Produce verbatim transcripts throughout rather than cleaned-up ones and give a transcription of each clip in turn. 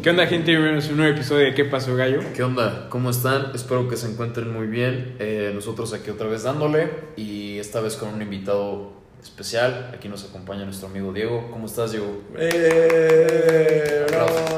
¿Qué onda, gente? Bienvenidos a un nuevo episodio de ¿Qué pasó, gallo? ¿Qué onda? ¿Cómo están? Espero que se encuentren muy bien. Eh, nosotros aquí otra vez dándole y esta vez con un invitado especial. Aquí nos acompaña nuestro amigo Diego. ¿Cómo estás, Diego? ¡Eh!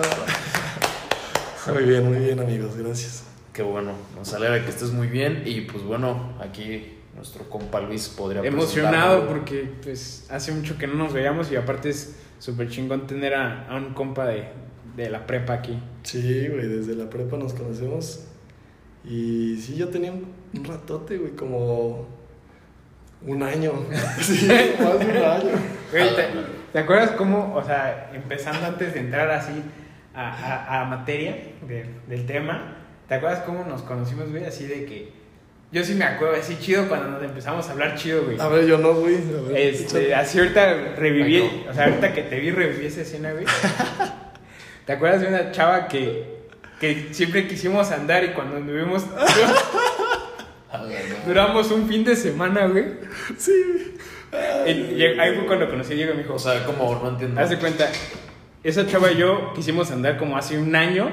Muy bien, muy bien, amigos. Gracias. Qué bueno. Nos alegra que estés muy bien y pues bueno, aquí nuestro compa Luis podría Emocionado presentarlo. porque pues hace mucho que no nos veíamos y aparte es súper chingón tener a, a un compa de, de la prepa aquí. Sí, güey, desde la prepa nos conocemos. Y sí, yo tenía un, un ratote, güey, como un año. Sí, más de un año. Güey, ¿te, ¿te acuerdas cómo, o sea, empezando antes de entrar así a, a, a materia de, del tema, ¿te acuerdas cómo nos conocimos, güey? Así de que yo sí me acuerdo, así chido cuando nos empezamos a hablar chido, güey. A ver, yo no, güey. A ver, Este, así ahorita reviví, Ay, no. o sea, ahorita que te vi reviví esa escena, güey. ¿Te acuerdas de una chava que, que siempre quisimos andar y cuando anduvimos Ah, no. duramos un fin de semana, güey? Sí, Y, y ahí fue cuando conocí a Diego y me dijo, O sea, ¿cómo? No entiendo. haz de cuenta, esa chava y yo quisimos andar como hace un año,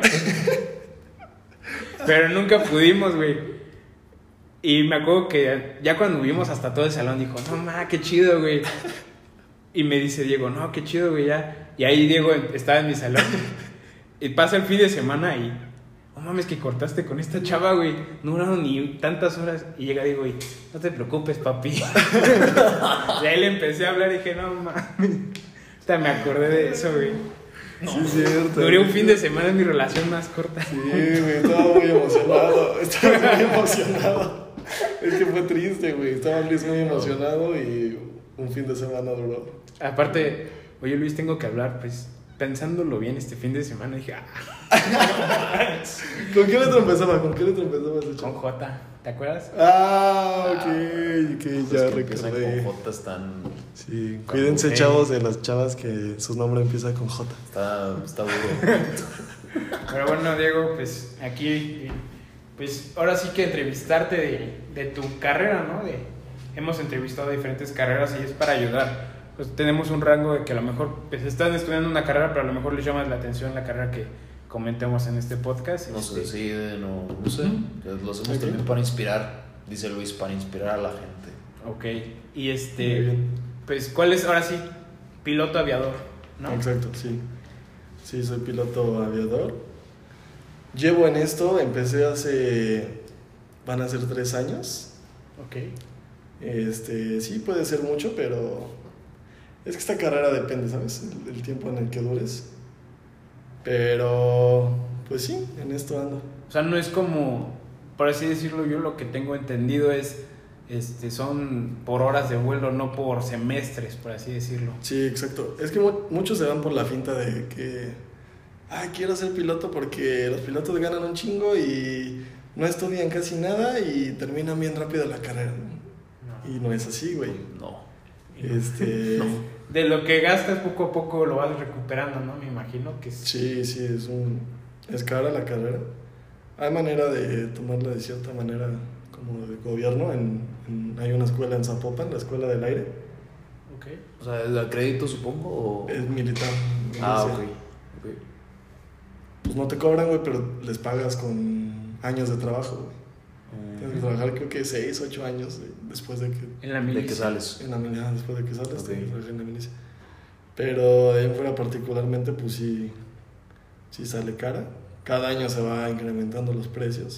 pero nunca pudimos, güey. Y me acuerdo que ya cuando vimos hasta todo el salón dijo, no ma, qué chido, güey. Y me dice Diego, no, qué chido, güey, ya. Y ahí Diego estaba en mi salón. Y pasa el fin de semana y, no mames, que cortaste con esta chava, güey. No duraron ni tantas horas. Y llega Diego y, no te preocupes, papi. Y ahí le empecé a hablar y dije, no mames. Hasta me acordé de eso, güey. sí, es cierto. Duré un fin de semana en mi relación más corta. Sí, güey, estaba muy emocionado. Estaba muy emocionado. Es que fue triste, güey. Estaba Luis muy emocionado y un fin de semana duró. Aparte, oye Luis, tengo que hablar, pues, pensándolo bien este fin de semana, dije, ah, ¿Con qué letra empezaba? ¿Con qué letra empezaba ese con chavo? J, ¿te acuerdas? Ah, ok, ok, Pues ya que empiezan recordé. con Jotas tan... Sí, cuídense, Ok. chavos, de las chavas que su nombre empieza con J. Está, está duro. Pero bueno, Diego, pues, aquí, pues, ahora sí que entrevistarte de, de tu carrera, ¿no? De, hemos entrevistado diferentes carreras y es para ayudar. Pues tenemos un rango de que a lo mejor pues, están estudiando una carrera, pero a lo mejor les llama la atención la carrera que comentemos en este podcast. No se Este, deciden o no sé. Lo hacemos Ok. también para inspirar, dice Luis, para inspirar a la gente. Ok, y Muy este, bien. pues, ¿cuál es ahora sí? Piloto aviador, ¿no? Exacto, sí. Sí, soy piloto aviador. Llevo en esto, empecé hace, van a ser tres años. Ok. Este, sí, puede ser mucho, pero es que esta carrera depende, ¿sabes? El, el tiempo en el que dures. Pero, pues sí, en esto ando. O sea, no es como, por así decirlo, yo lo que tengo entendido es, este, son por horas de vuelo, no por semestres, por así decirlo. Sí, exacto. Es que mu- muchos se van por la finta de que, ah, quiero ser piloto porque los pilotos ganan un chingo y no estudian casi nada y terminan bien rápido la carrera, ¿no? Y no es así, güey. No. Este, No. De lo que gastas poco a poco lo vas recuperando, ¿no? Me imagino que es... sí, sí, es un, es cara la carrera. Hay manera de tomarla de cierta manera como de gobierno. En, en- hay una escuela en Zapopan, la Escuela del Aire. Ok. O sea, ¿el crédito supongo? O... Es militar. Ah, ok. milicia. Ok. Pues no te cobran, güey, pero les pagas con años de trabajo, güey. Tienes que trabajar creo que seis, ocho años güey, después de que En la ¿De milicia. qué sales? en la milicia, después de que sales, Ok. tienes que trabajar en la milicia. Pero de ahí en fuera particularmente, pues sí, sí sale cara. Cada año se va incrementando los precios.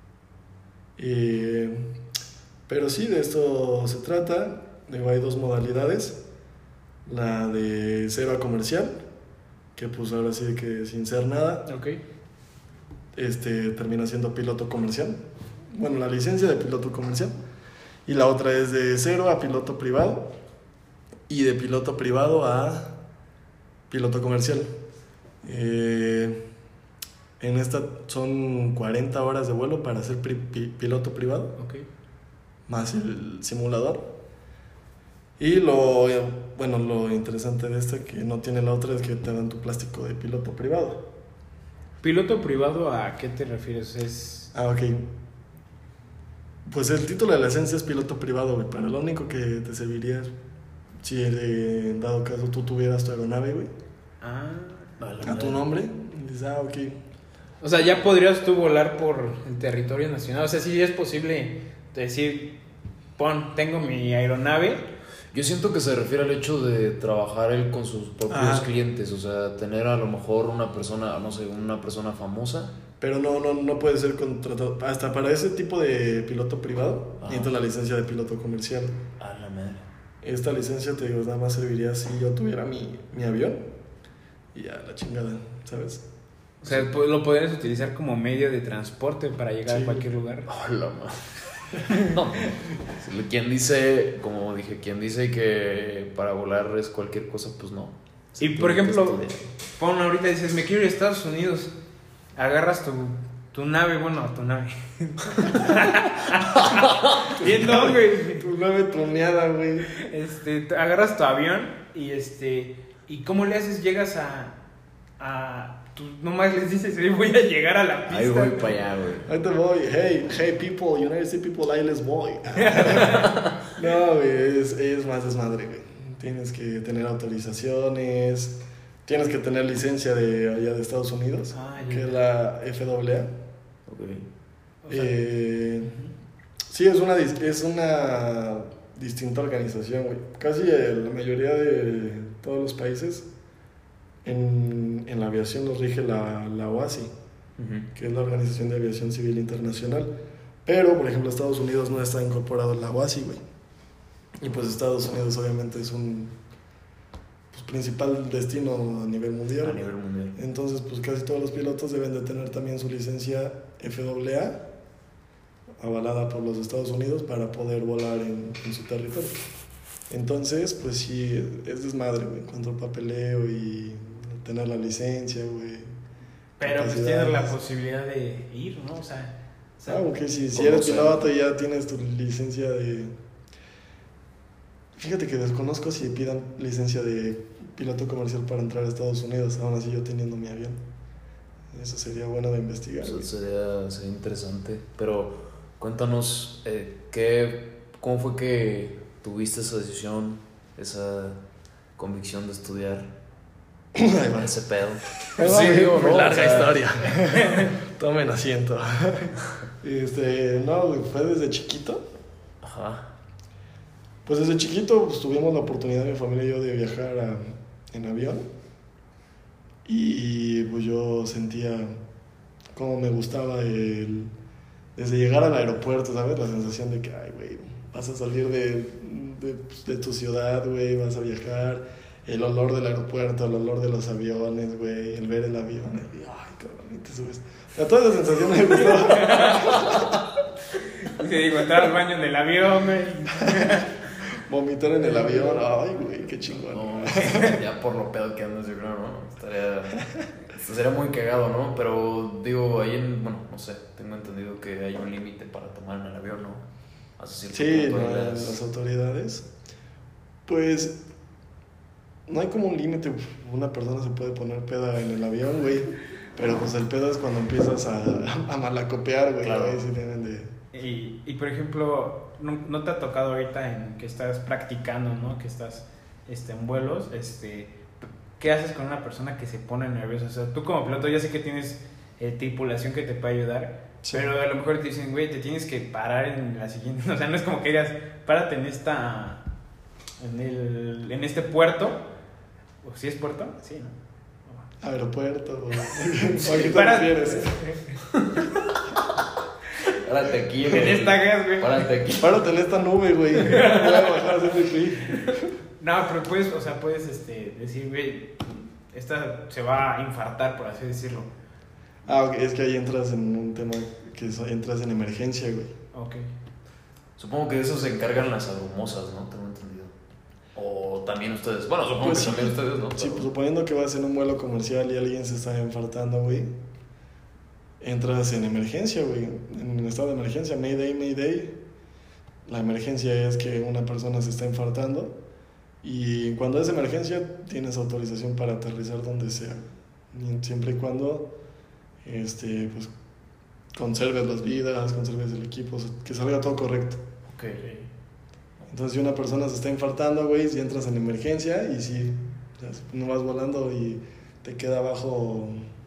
Y, pero sí, de esto se trata. Digo, hay dos modalidades. La de cero a comercial, que pues ahora sí que sin ser nada, Ok. este, termina siendo piloto comercial. Bueno, la licencia de piloto comercial. Y la otra es de cero a piloto privado. Y de piloto privado a piloto comercial. Eh, en esta son cuarenta horas de vuelo para ser pri- pi- piloto privado, Ok. más el simulador. Y lo, bueno, lo interesante de esta que no tiene la otra es que te dan tu plástico de piloto privado. ¿Piloto privado a qué te refieres? Es... Ah, ok. Pues el título de la licencia es piloto privado, güey, pero lo único que te serviría es si eh, en dado caso tú tuvieras tu aeronave, güey, Ah, Vale, a tu madre. nombre, Dices, ah, ok. O sea, ya podrías tú volar por el territorio nacional. O sea, sí es posible decir, pon, tengo mi aeronave. Yo siento que se refiere al hecho de trabajar él con sus propios Ajá. clientes, o sea, tener a lo mejor una persona, no sé, una persona famosa. Pero no, no, no puede ser contratado. Hasta para ese tipo de piloto privado, Ajá. necesitas la licencia de piloto comercial. A la madre. Esta licencia, te digo, nada más serviría si yo tuviera mi, mi avión. Y ya, la chingada, ¿sabes? O sea, pues, lo podrías utilizar como medio de transporte para llegar Sí. a cualquier lugar. A la madre. No. Quien dice, como dije, quien dice que para volar es cualquier cosa, pues no. Se Y por tiene que ejemplo, estudiar. pon ahorita dices, me quiero ir a Estados Unidos. Agarras tu, tu nave, bueno, tu nave. Bien, no, güey. Tu nave tuneada, güey. Este, te- agarras tu avión y este, ¿y cómo le haces? Llegas a, a, tú nomás les dices, "Sí, voy a llegar a la pista. Ahí voy güey". para allá, güey. Ahí te voy. Hey, hey, people, United States people, ahí les voy. No, güey, es, es más desmadre, güey. Tienes que tener autorizaciones, tienes que tener licencia de allá de Estados Unidos, Ah, ya. que es la F A A. Ok. O sea, Eh, sí, es una, dis- es una distinta organización, güey. Casi eh, la mayoría de todos los países en, en la aviación los rige la, la O A S I, Ujú. que es la Organización de Aviación Civil Internacional. Pero, por ejemplo, Estados Unidos no está incorporado en la O A S I, güey. Y pues Estados Unidos obviamente es un pues, principal destino a nivel mundial. A nivel mundial. Entonces, pues casi todos los pilotos deben de tener también su licencia F A A, avalada por los Estados Unidos para poder volar en, en su territorio. Entonces, pues sí, es desmadre, güey, en cuanto al papeleo y tener la licencia, güey. pero pues capacidades. tienes la posibilidad de ir, ¿no? O sea, o sea, Ah, ok, si, si ¿Cómo eres se- piloto y ya tienes tu licencia de... Fíjate que desconozco si pidan licencia de piloto comercial para entrar a Estados Unidos, aún así yo teniendo mi avión. Eso sería bueno de investigar. Eso güey. sería, sería interesante. Pero cuéntanos, eh, ¿qué, ¿cómo fue que tuviste esa decisión, esa convicción de estudiar Ahí va. ese pedo? Ahí va, Sí, muy- digo, muy ¿no? larga O sea, historia. Tomen asiento. Este, no, güey, fue desde chiquito. Ajá. Pues desde chiquito pues, tuvimos la oportunidad, mi familia y yo, de viajar a- en avión. Y pues yo sentía cómo me gustaba el, desde llegar al aeropuerto, ¿sabes? La sensación de que, ay, güey, vas a salir de, de, de tu ciudad, güey, vas a viajar. El olor del aeropuerto, el olor de los aviones, güey, el ver el avión. Y, ay, cabrón, y te subes. O sea, toda esa sensación me gustaba. te digo, entrar al baño del avión, güey. Vomitar en el avión, ay, güey, qué chingón. No, ya por lo pedo que andas, yo creo, ¿no? Estaría, sería muy cagado, ¿no? Pero digo, ahí en, bueno, no sé, tengo entendido que hay un límite para tomar en el avión, ¿no? Hasta cierto Sí, punto no, ahí las... las- autoridades. Pues no hay como un límite. Una persona se puede poner peda en el avión, güey. Pero pues el pedo es cuando empiezas a, a malacopear, güey. Claro. Ahí sí tienen de... Y, y por ejemplo, ¿no, no te ha tocado ahorita en que estás practicando, ¿no? Que estás este, en vuelos, este, ¿qué haces con una persona que se pone nerviosa? O sea, tú como piloto ya sé que tienes eh, tripulación que te puede ayudar, Sí. pero a lo mejor te dicen, güey, te tienes que parar en la siguiente, o sea, no es como que digas, párate en esta, en, el, en este puerto, ¿o si es puerto? Sí, ¿no? Aeropuerto, güey. ¿A qué te Párate. refieres? Párate aquí, En güey. esta gas, güey. Párate aquí. Párate en esta nube, güey. Voy a bajar a hacer pipí. No, pero puedes, o sea, puedes este, decir, güey, esta se va a infartar, por así decirlo. Ah, ok, es que ahí entras en un tema que es- entras en emergencia, güey. Ok. Supongo que de eso se encargan las abrumosas, ¿no? Tengo entendido. O también ustedes. Bueno, supongo Pues que sí. también ustedes, ¿no? Sí, Pero- pues suponiendo que vas en un vuelo comercial y alguien se está infartando, güey, entras en emergencia, güey, en estado de emergencia, Mayday, Mayday. La emergencia es que una persona se está infartando y cuando es emergencia tienes autorización para aterrizar donde sea, y siempre y cuando este, pues, conserves las vidas, conserves el equipo, o sea, que salga todo correcto. Ok. Entonces, si una persona se está infartando, güey, si entras en emergencia y si o sea, no vas volando y te queda abajo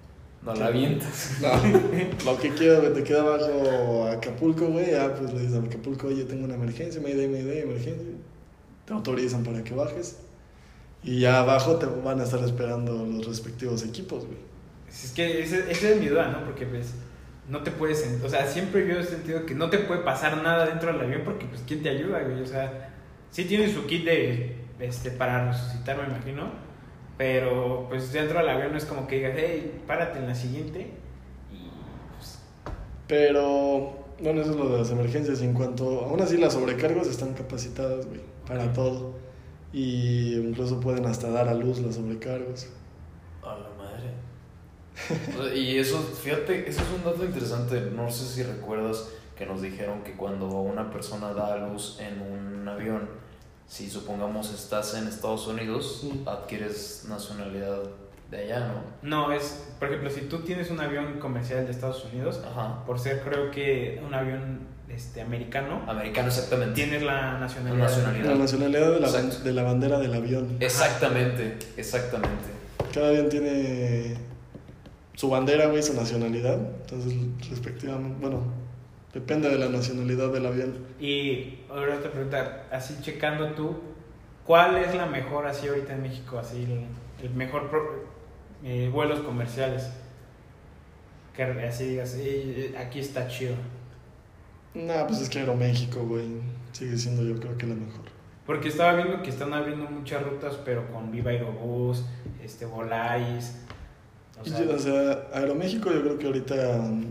No la avientas. No, lo que quiero, güey, te queda abajo Acapulco, güey, ya pues le dices a Acapulco, oye, tengo una emergencia, me mayday, mayday, emergencia. Te autorizan para que bajes. Y ya abajo te van a estar esperando los respectivos equipos, güey. Es que esa esa es mi duda, ¿no? Porque pues no te puedes, o sea, siempre yo he sentido que no te puede pasar nada dentro del avión porque pues ¿quién te ayuda, güey? O sea, sí tienen su kit de, este, para resucitar, me imagino, pero pues dentro del avión no es como que digas, hey, párate en la siguiente y pues... Pero, bueno, eso es lo de las emergencias. En cuanto, aún así las sobrecargos están capacitadas, güey, para todo. Y incluso pueden hasta dar a luz las sobrecargos. A la madre. O sea, y eso, fíjate, eso es un dato interesante. No sé si recuerdas que nos dijeron que cuando una persona da a luz en un avión, si supongamos estás en Estados Unidos, sí, adquieres nacionalidad de allá, ¿no? No, es, por ejemplo, si tú tienes un avión comercial de Estados Unidos, Ajá. por ser creo que un avión este, americano, Americano, exactamente. tienes la nacionalidad. La nacionalidad. La nacionalidad de la, Exacto. de la bandera del avión. Exactamente, exactamente. Cada avión tiene su bandera, güey, su nacionalidad. Entonces, respectivamente, bueno, depende de la nacionalidad del avión. Y ahora te preguntar, así checando tú, ¿cuál es la mejor así ahorita en México? Así el, el mejor pro, eh, vuelos comerciales. Que así digas, eh, aquí está chido. Nah, pues es que Aeroméxico, güey, sigue siendo yo creo que la mejor. Porque estaba viendo que están abriendo muchas rutas, pero con Viva Aerobús, este, Volaris. O sea, Y, o sea, Aeroméxico yo creo que ahorita um,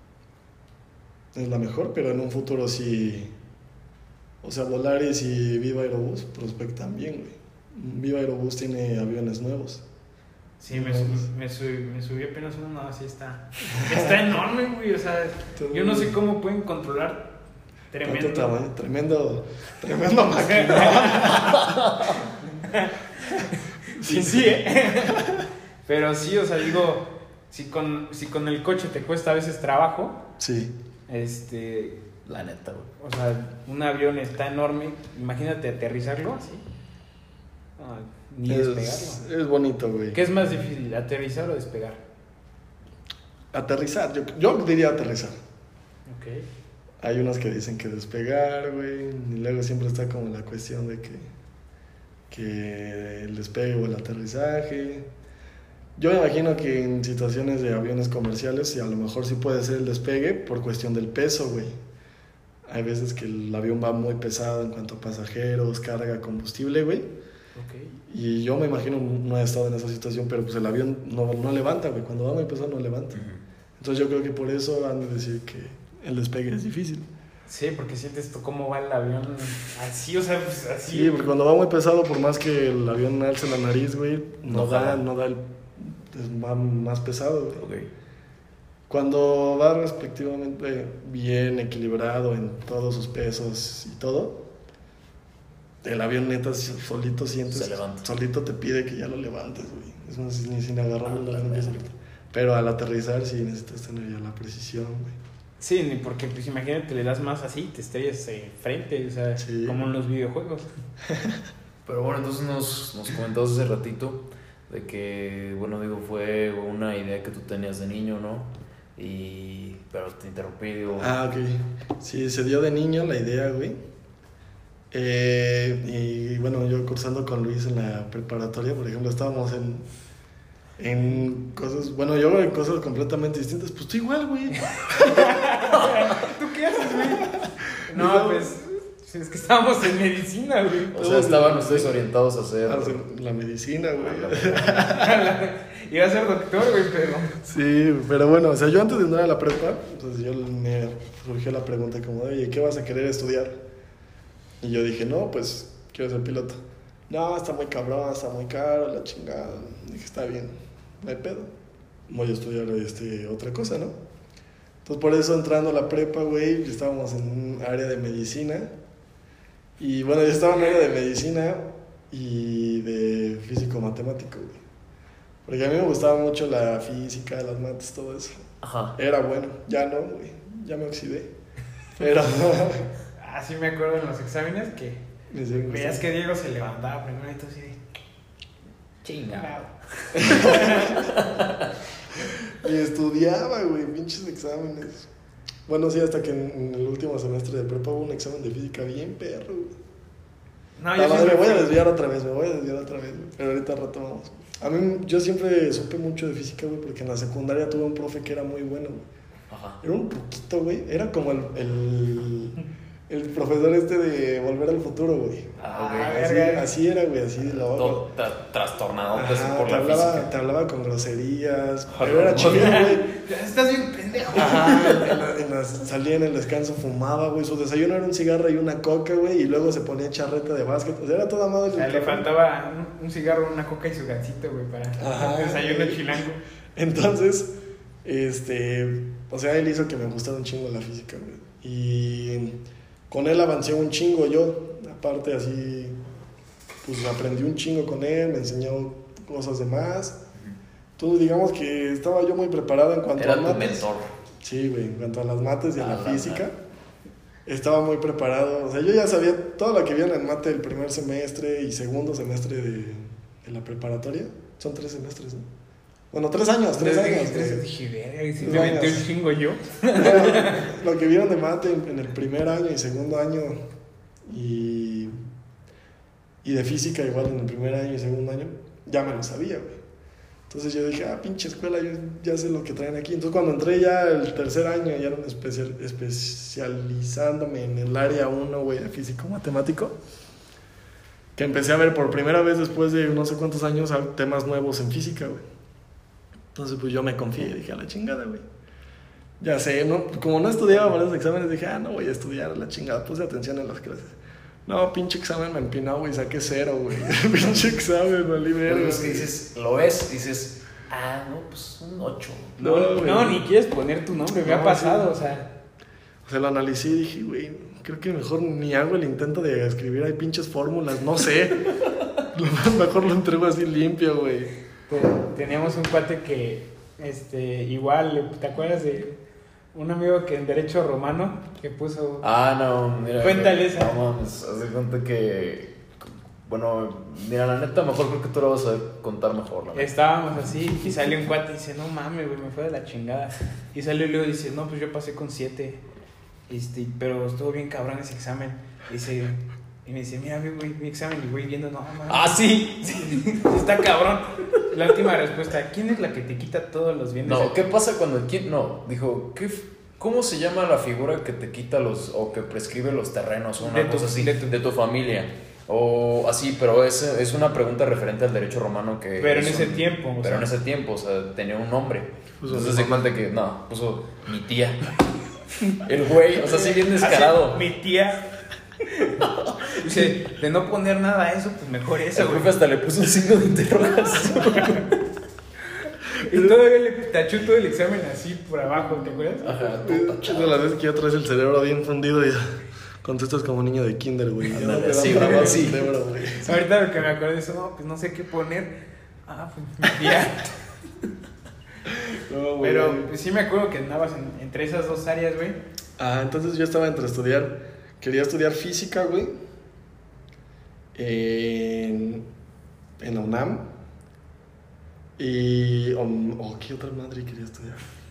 es la mejor, pero en un futuro sí. O sea, Volaris y Viva Aerobús prospectan bien, güey. Viva Aerobús tiene aviones nuevos. sí, me, sub, me, sub, me subí apenas uno, así está. Está enorme, güey. O sea, yo no sé cómo pueden controlar tremendo. Tamaño, tremendo, tremendo máquina. Sí, sí, ¿eh? Pero sí, o sea, digo, si con, si con el coche te cuesta a veces trabajo, Sí. este, La neta, güey. o sea, un avión está enorme, imagínate aterrizarlo así. No, ni es, despegarlo. es bonito, güey. ¿Qué es más difícil, aterrizar o despegar? Aterrizar, yo, yo diría aterrizar. Ok. Hay unos que dicen que despegar, güey. Y luego siempre está como la cuestión de que, que el despegue o el aterrizaje. Yo me imagino que en situaciones de aviones comerciales, y a lo mejor sí puede ser el despegue por cuestión del peso, güey. Hay veces que el avión va muy pesado en cuanto a pasajeros, carga, combustible, güey. Ok. Y yo me imagino, no he estado en esa situación, pero pues el avión no, no levanta, güey. Cuando va muy pesado no levanta. Uh-huh. Entonces yo creo que por eso han de decir que el despegue es difícil. Sí, porque sientes tú cómo va el avión así, o sea, pues así. Sí, porque cuando va muy pesado, por más que el avión alce la nariz, güey, no, No da, jala. no da el... es- va más pesado, güey. Ok. Cuando va respectivamente bien equilibrado en todos sus pesos y todo, el avión neta solito sientes, Se levanta. solito te pide que ya lo levantes, güey. Es más, ni sin agarrarlo, Ah, lo la levantas verga. solito. Pero al aterrizar sí necesitas tener ya la precisión, güey. Sí, ni porque pues imagínate, le das más así, te estrellas eh, frente, o sea, Sí. como en los videojuegos. Pero bueno, entonces nos, nos comentabas hace ratito de que, bueno, digo, fue una idea que tú tenías de niño, ¿no? Y... pero te interrumpí, digo... Ah, ok. Sí, se dio de niño la idea, güey. Eh, y bueno, yo cursando con Luis en la preparatoria, por ejemplo, estábamos en, en cosas, bueno, yo en cosas completamente distintas, pues tú igual, güey. ¿Tú qué haces, güey? No, pues, es que estábamos en medicina, güey. O sea, estaban ustedes orientados a hacer... A hacer la medicina, güey. Iba a ser doctor, güey, pero... Sí, pero bueno, o sea, yo antes de entrar a la prepa, entonces yo me surgió la pregunta como, oye, ¿qué vas a querer estudiar? Y yo dije, no, pues quiero ser piloto. No, está muy cabrón, está muy caro, la chingada. Dije, está bien, no hay pedo. Voy a estudiar este, otra cosa, ¿no? Entonces por eso entrando a la prepa, güey, estábamos en un área de medicina. Y bueno, yo estaba en área de medicina y de físico-matemático, güey. Porque a mí me gustaba mucho la física, las mates, todo eso. Ajá. Era bueno, ya no, güey, ya me oxidé. Pero... Así me acuerdo en los exámenes que me sigue veías gustando. que Diego se levantaba primero y tú así de... Chingado. Y estudiaba, güey, pinches exámenes. Bueno, sí, hasta que en, en el último semestre de prepa hubo un examen de física bien perro, güey. No, Ah, yo madre, me siempre voy a fui- desviar otra vez, me voy a desviar otra vez, güey. Pero ahorita retomamos. A mí, yo siempre supe mucho de física, güey, porque en la secundaria tuve un profe que era muy bueno, güey. Ajá. Era un poquito, güey. Era como el, el, el profesor este de Volver al Futuro, güey. Ah, Ah, ok. Así, verga. así era, güey, así de la Todo tra- trastornado pues, Ajá, por te, la hablaba, física. te hablaba con groserías, Ajá, pero era no, chido, güey. Estás bien pendejo. Ajá, en la- en las- salía en el descanso, fumaba, güey. Su desayuno era un cigarro y una coca, güey. Y luego se ponía charreta de básquet. O sea, era toda madre. O sea, le faltaba un, un cigarro, una coca y su gancito, güey, para Ajá, el desayuno güey. chilango. Entonces, este, o sea, él hizo que me gustara un chingo la física, güey. Y con él avancé un chingo yo. Aparte, así, pues aprendí un chingo con él, me enseñó cosas de más. Entonces, digamos que estaba yo muy preparado en cuanto Era a tu mates. mentor. Sí, güey, en cuanto a las mates y a Ah, la la física. Estaba muy preparado. O sea, yo ya sabía todo lo que había en el mate del primer semestre y segundo semestre de, de la preparatoria. Son tres semestres, ¿no? Bueno, tres años, tres Entonces, años. entonces güey. dije, verga, y si Tres me aventé años. un chingo yo. Bueno, lo que vieron de mate en, en el primer año y segundo año y, y de física igual en el primer año y segundo año, ya me lo sabía, güey. Entonces yo dije, ah, pinche escuela, yo ya sé lo que traen aquí. Entonces cuando entré ya el tercer año, ya era especial, especializándome en el área uno, güey, de físico-matemático, que empecé a ver por primera vez después de no sé cuántos años temas nuevos en física, güey. Entonces pues yo me confié y dije, a la chingada, güey. Ya sé, ¿no? Como no estudiaba para los exámenes, dije, ah, no voy a estudiar, a la chingada, puse atención en las clases. No, pinche examen me empinó, güey, saqué cero, güey. Pinche examen, valí verga, Pero es que güey. dices, lo ves, dices, ah, no, pues un ocho. No, No, güey. no, ni quieres poner tu nombre, me No, ha pasado, sí. o sea. O sea, lo analicé y dije, güey, creo que mejor ni hago el intento de escribir ahí pinches fórmulas, no sé. Lo mejor lo entrego así limpio, güey. te- teníamos un cuate que, este, igual, ¿te acuerdas de un amigo que en Derecho Romano que puso. Ah, no, mira. Cuéntale esa. No mames, haz de cuenta que. Bueno, mira, la neta, mejor creo que tú lo vas a contar mejor, la neta. Estábamos así y salió un cuate y dice, no mames, güey, me fue de la chingada. Y salió y luego dice, no, pues yo pasé con siete, este, pero estuvo bien cabrón ese examen. Y, dice, y me dice, mira, güey, mi examen, y voy viendo, no mames. Ah, sí, sí. Está cabrón. La última respuesta, ¿quién es la que te quita todos los bienes? No, de- ¿qué pasa cuando quién? No, dijo, ¿qué, f- ¿cómo se llama la figura que te quita los o que prescribe los terrenos o una De tu- cosa así de tu- de tu familia? O así, pero es, es una pregunta referente al derecho romano que... Pero en es ese un- tiempo, o Pero sea. en ese tiempo, o sea, tenía un nombre. Puso Entonces su se cuenta que, no, puso mi tía. El güey, o sea, sí bien Así, descarado. mi tía. Dice, de no poner nada a eso, pues mejor eso, El güey. profe hasta le puso un signo de interrogación. Y todavía le tachó todo el examen así por abajo, ¿te acuerdas? Ajá, todo Es tachado. de las veces que ya traes el cerebro bien fundido y ya contestas como niño de kinder, güey. Ya no Ándale, te da sí, para güey, el sí. cerebro, güey. Ahorita lo que me acuerdo de eso, no, pues no sé qué poner. Ah, pues mi tía. No, güey. Pero pues, sí me acuerdo que andabas en- entre esas dos áreas, güey. Ah, entonces yo estaba entre estudiar, quería estudiar física, güey, en, en la UNAM, y, o, o qué otra madre quería estudiar,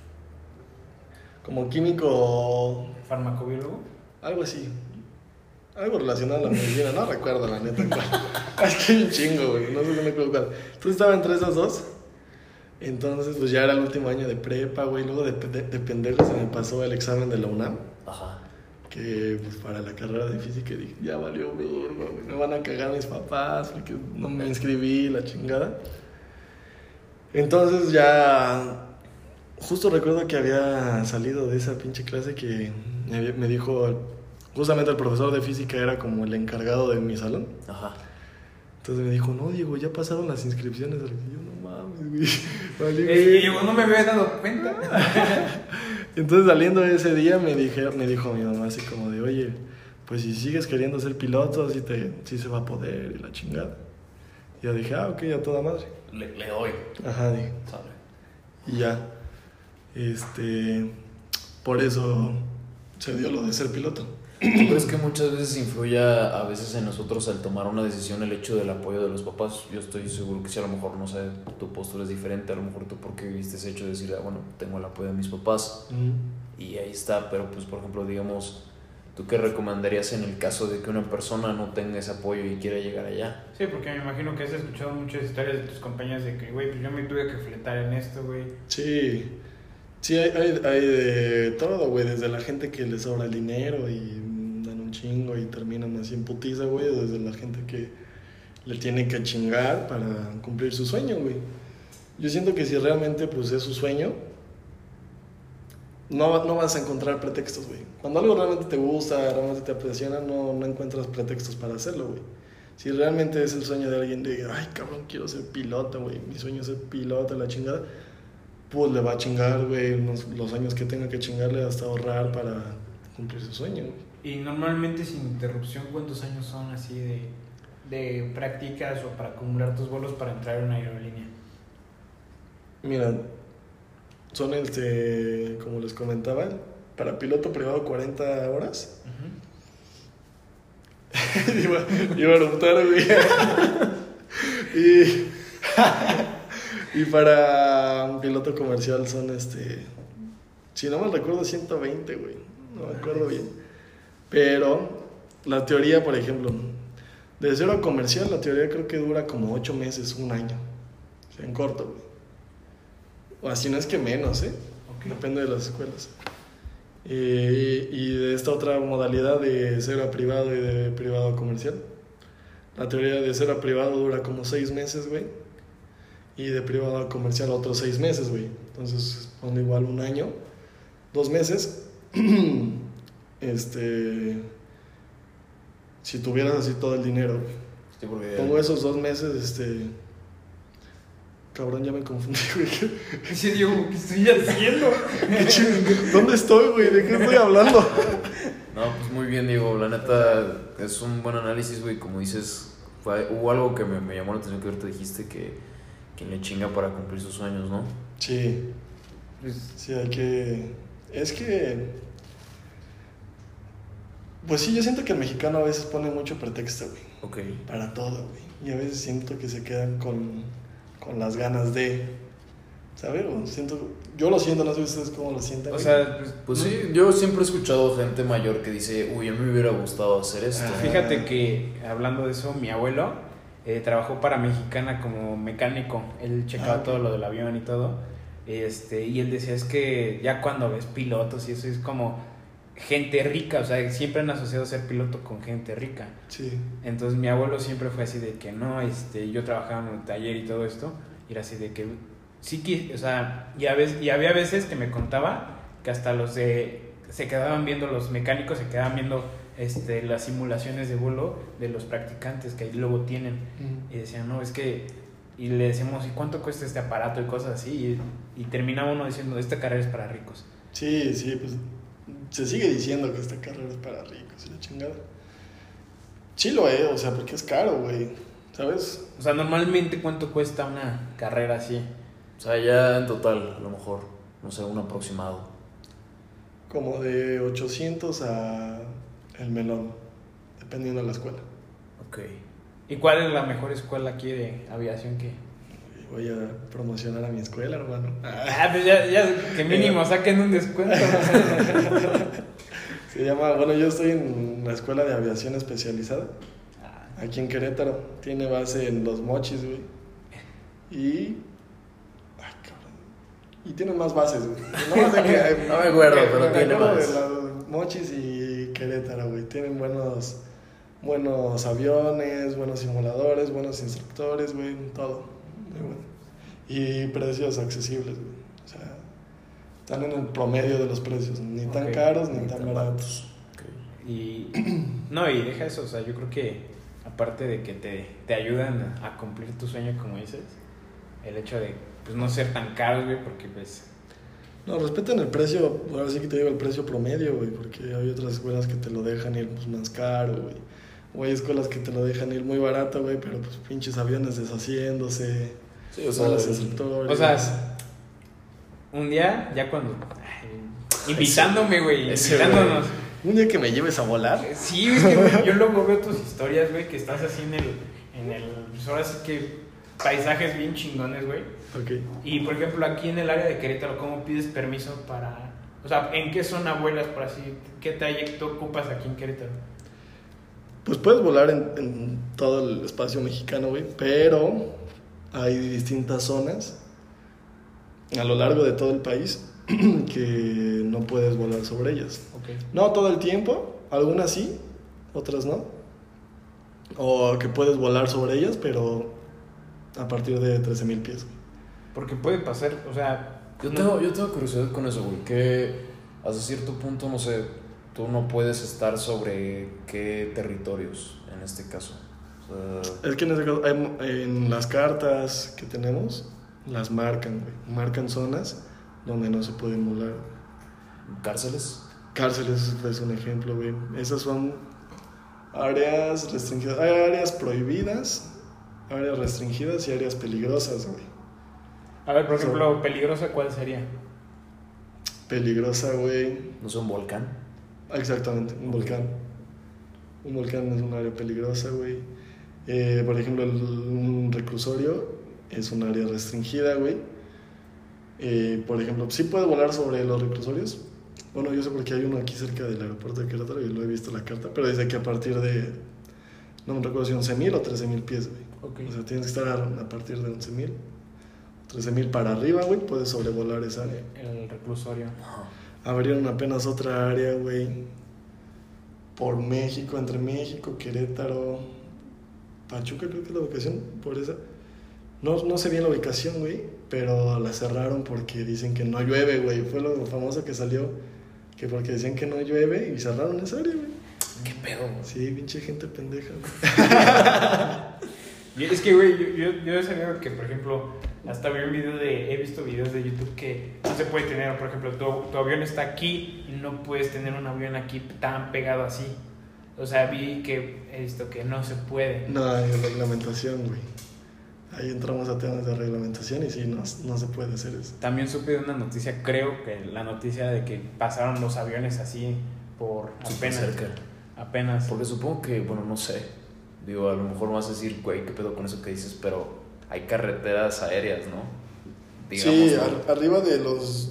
como químico, Farmacobiólogo. algo así, algo relacionado a la medicina, no recuerdo la neta cuál, es que hay un chingo, güey, no sé, no me acuerdo cuál, entonces estaba entre esas dos. Entonces, pues ya era el último año de prepa, güey. Luego de, de, de pendejo se me pasó el examen de la UNAM. Ajá. Que pues para la carrera de física dije, ya valió verga, güey. Me van a cagar mis papás porque no me inscribí, la chingada. Entonces ya. Justo recuerdo que había salido de esa pinche clase que me, había- me dijo. Justamente el profesor de física era como el encargado de mi salón. Ajá. Entonces me dijo, no, Diego, ya pasaron las inscripciones. Y yo, no mames, güey. Vale, Y güey. yo no me había dado cuenta. Entonces saliendo ese día me, dije, me dijo mi mamá así como de, oye, pues si sigues queriendo ser piloto, sí, te, sí se va a poder y la chingada. Y yo dije, ah, ok, a toda madre. Le, le doy. Ajá, dije. ¿Sale? Y ya, este, por eso se dio lo de ser piloto. ¿Tú crees que muchas veces influya a veces en nosotros al tomar una decisión el hecho del apoyo de los papás? Yo estoy seguro que sí, a lo mejor, no sé, tu postura es diferente, a lo mejor tú porque viviste ese hecho de decir, ah, bueno, tengo el apoyo de mis papás Mm. y ahí está, pero pues por ejemplo, digamos, ¿tú qué recomendarías en el caso de que una persona no tenga ese apoyo y quiera llegar allá? Sí, porque me imagino que has escuchado muchas historias de tus compañeros de que, güey, pues yo me tuve que fletar en esto, güey. Sí, sí, hay, hay, hay de todo, güey, desde la gente que le sobra el dinero y dan un chingo y terminan así en putiza, güey, desde la gente que le tiene que chingar para cumplir su sueño, güey. Yo siento que si realmente, pues, es su sueño, no, no vas a encontrar pretextos, güey. Cuando algo realmente te gusta, realmente te apasiona, no, no encuentras pretextos para hacerlo, güey. Si realmente es el sueño de alguien de, ay, cabrón, quiero ser piloto, güey, mi sueño es ser piloto, la chingada, pues le va a chingar, güey, los, los años que tenga que chingarle hasta ahorrar para cumplir su sueño, güey. Y normalmente sin interrupción, ¿cuántos años son así de, de prácticas o para acumular tus vuelos para entrar en una aerolínea? Mira, son, este, como les comentaba, para piloto privado cuarenta horas. Uh-huh. iba, iba a eructar, güey. y, y para un piloto comercial son, este, si no mal recuerdo, ciento veinte, güey. No me acuerdo bien. Pero la teoría, por ejemplo, de cero a comercial, la teoría creo que dura como ocho meses, un año. O sea, en corto, güey. O así no es que menos, ¿eh? Okay. Depende de las escuelas. Eh, y de esta otra modalidad de cero a privado y de privado a comercial. La teoría de cero a privado dura como seis meses, güey. Y de privado a comercial otros seis meses, güey. Entonces, ponle igual un año, dos meses. Este, si tuvieras así todo el dinero, güey. Sí, porque... Pongo esos dos meses, este, cabrón, ya me confundí, güey. Sí, digo, ¿qué estoy haciendo? ¿Dónde estoy, güey? ¿De qué estoy hablando? No, pues muy bien, Diego, la neta es un buen análisis, güey, como dices, fue, hubo algo que me, me llamó la atención que ahorita dijiste, que quien le chinga para cumplir sus sueños, ¿no? Sí, sí, hay que, es que... Pues sí, yo siento que el mexicano a veces pone mucho pretexto, güey. Ok. Para todo, güey. Y a veces siento que se quedan con, con las ganas de... ¿Sabes? O siento, yo lo siento, no sé ustedes cómo lo sienten. O güey. sea, pues, Pues sí, yo siempre he escuchado gente mayor que dice, uy, a mí me hubiera gustado hacer esto. Ah. fíjate que, hablando de eso, mi abuelo eh, trabajó para Mexicana como mecánico. Él checaba Ah, ok. todo lo del avión y todo. Este, y él decía, es que ya cuando ves pilotos y eso es como gente rica, o sea, siempre han asociado ser piloto con gente rica. Sí. Entonces mi abuelo siempre fue así de que no, este, yo trabajaba en el taller y todo esto, y era así de que sí que, o sea, y, a veces, y había veces que me contaba que hasta los de, se quedaban viendo, los mecánicos se quedaban viendo este, las simulaciones de vuelo de los practicantes que ahí luego tienen, Mm. y decían, no, es que, y le decíamos, ¿y cuánto cuesta este aparato? Y cosas así, y, y terminaba uno diciendo, esta carrera es para ricos. Sí, sí, pues se sigue diciendo que esta carrera es para ricos y la chingada. Sí lo es, o sea, porque es caro, güey, ¿sabes? O sea, normalmente, ¿cuánto cuesta una carrera así? O sea, ya en total, a lo mejor, no sé, un aproximado. Como de ochocientos a el melón, dependiendo de la escuela. Ok. ¿Y cuál es la mejor escuela aquí de aviación que...? Voy a promocionar a mi escuela, hermano. Ah, pues ya, ya, que mínimo saquen un descuento. Se llama, bueno, yo estoy en la escuela de aviación especializada, Ah, aquí en Querétaro. Tiene base en Los Mochis, güey. Y... Ay, cabrón. Y tienen más bases, güey. No, más de que- No me acuerdo, pero me tiene acuerdo más. de Los Mochis y Querétaro, güey. Tienen buenos, buenos aviones, buenos simuladores, buenos instructores, güey. Todo. Muy bueno. Y precios accesibles, güey. O sea, están en el promedio de los precios. Ni tan Ok. caros ni Ni tan tan baratos. Ok. y... No, y deja eso, o sea, yo creo que aparte de que te, te ayudan a cumplir tu sueño, como dices, el hecho de pues no ser tan caros, güey, porque pues... No, respetan el precio, ahora sí que te digo el precio promedio, güey, porque hay otras escuelas que te lo dejan ir pues, más caro, güey. O hay escuelas que te lo dejan ir muy barato, güey, pero pues pinches aviones deshaciéndose, Sí, o sea, malos es- instructores. O sea, un día, ya cuando... ay, invitándome, güey, Ese invitándonos. Un día que me lleves a volar. Sí, es que güey, yo luego veo tus historias, güey, que estás así en el, en el, pues ahora sí que paisajes bien chingones, güey. Ok. Y por ejemplo, aquí en el área de Querétaro, ¿cómo pides permiso para, o sea, en qué zona vuelas, por así, qué trayecto ocupas aquí en Querétaro? Pues puedes volar en, en todo el espacio mexicano, güey, pero hay distintas zonas a lo largo de todo el país que no puedes volar sobre ellas. Okay. No todo el tiempo, algunas sí, otras no. O que puedes volar sobre ellas, pero a partir de trece mil pies, güey. Porque puede pasar, o sea... Yo no- tengo, yo tengo curiosidad con eso, güey. Que hasta cierto punto, no sé, tú no puedes estar sobre qué territorios en este caso. O sea, Es que en, ese caso, hay- en las cartas que tenemos, las marcan, güey. Marcan zonas donde no se pueden volar. cárceles. Cárceles es un ejemplo, güey. Esas son áreas restringidas. Hay áreas prohibidas, áreas restringidas y áreas peligrosas, güey. A ver, por ejemplo, peligrosa, ¿cuál sería? Peligrosa, güey. No sé, un volcán. Exactamente, un volcán. Un volcán es un área peligrosa, güey. Eh, por ejemplo, el, un reclusorio es un área restringida, güey. Eh, por ejemplo, sí puedes volar sobre los reclusorios. Bueno, yo sé porque hay uno aquí cerca del aeropuerto de Querétaro y lo he visto en la carta, pero dice que a partir de, no me recuerdo si once mil o trece mil pies, güey. Okay. O sea, tienes que estar a partir de once mil, trece mil para arriba, güey, puedes sobrevolar esa área. El reclusorio. Abrieron apenas otra área, güey, por México, entre México, Querétaro, Pachuca, creo que es la ubicación, por esa. No, no sé bien la ubicación, güey, pero la cerraron porque dicen que no llueve, güey. Fue lo famoso que salió, que porque decían que no llueve y cerraron esa área, güey. ¿Qué pedo, güey? Sí, pinche gente pendeja, güey. Y es que, güey, yo, yo, yo he sabido que, por ejemplo, hasta vi un video de, he visto videos de YouTube que no se puede tener, por ejemplo, tu, tu avión está aquí y no puedes tener un avión aquí tan pegado así. O sea, vi que esto que no se puede. No, hay reglamentación, güey. Ahí entramos a temas de reglamentación y sí, no, no se puede hacer eso. También supe de una noticia, creo que la noticia de que pasaron los aviones así por Súper apenas. cerca. Apenas. Porque supongo que, bueno, no sé. Digo, a lo mejor me vas a decir, güey, ¿qué pedo con eso que dices? Pero hay carreteras aéreas, ¿no? Sí, ¿no? ar- arriba de los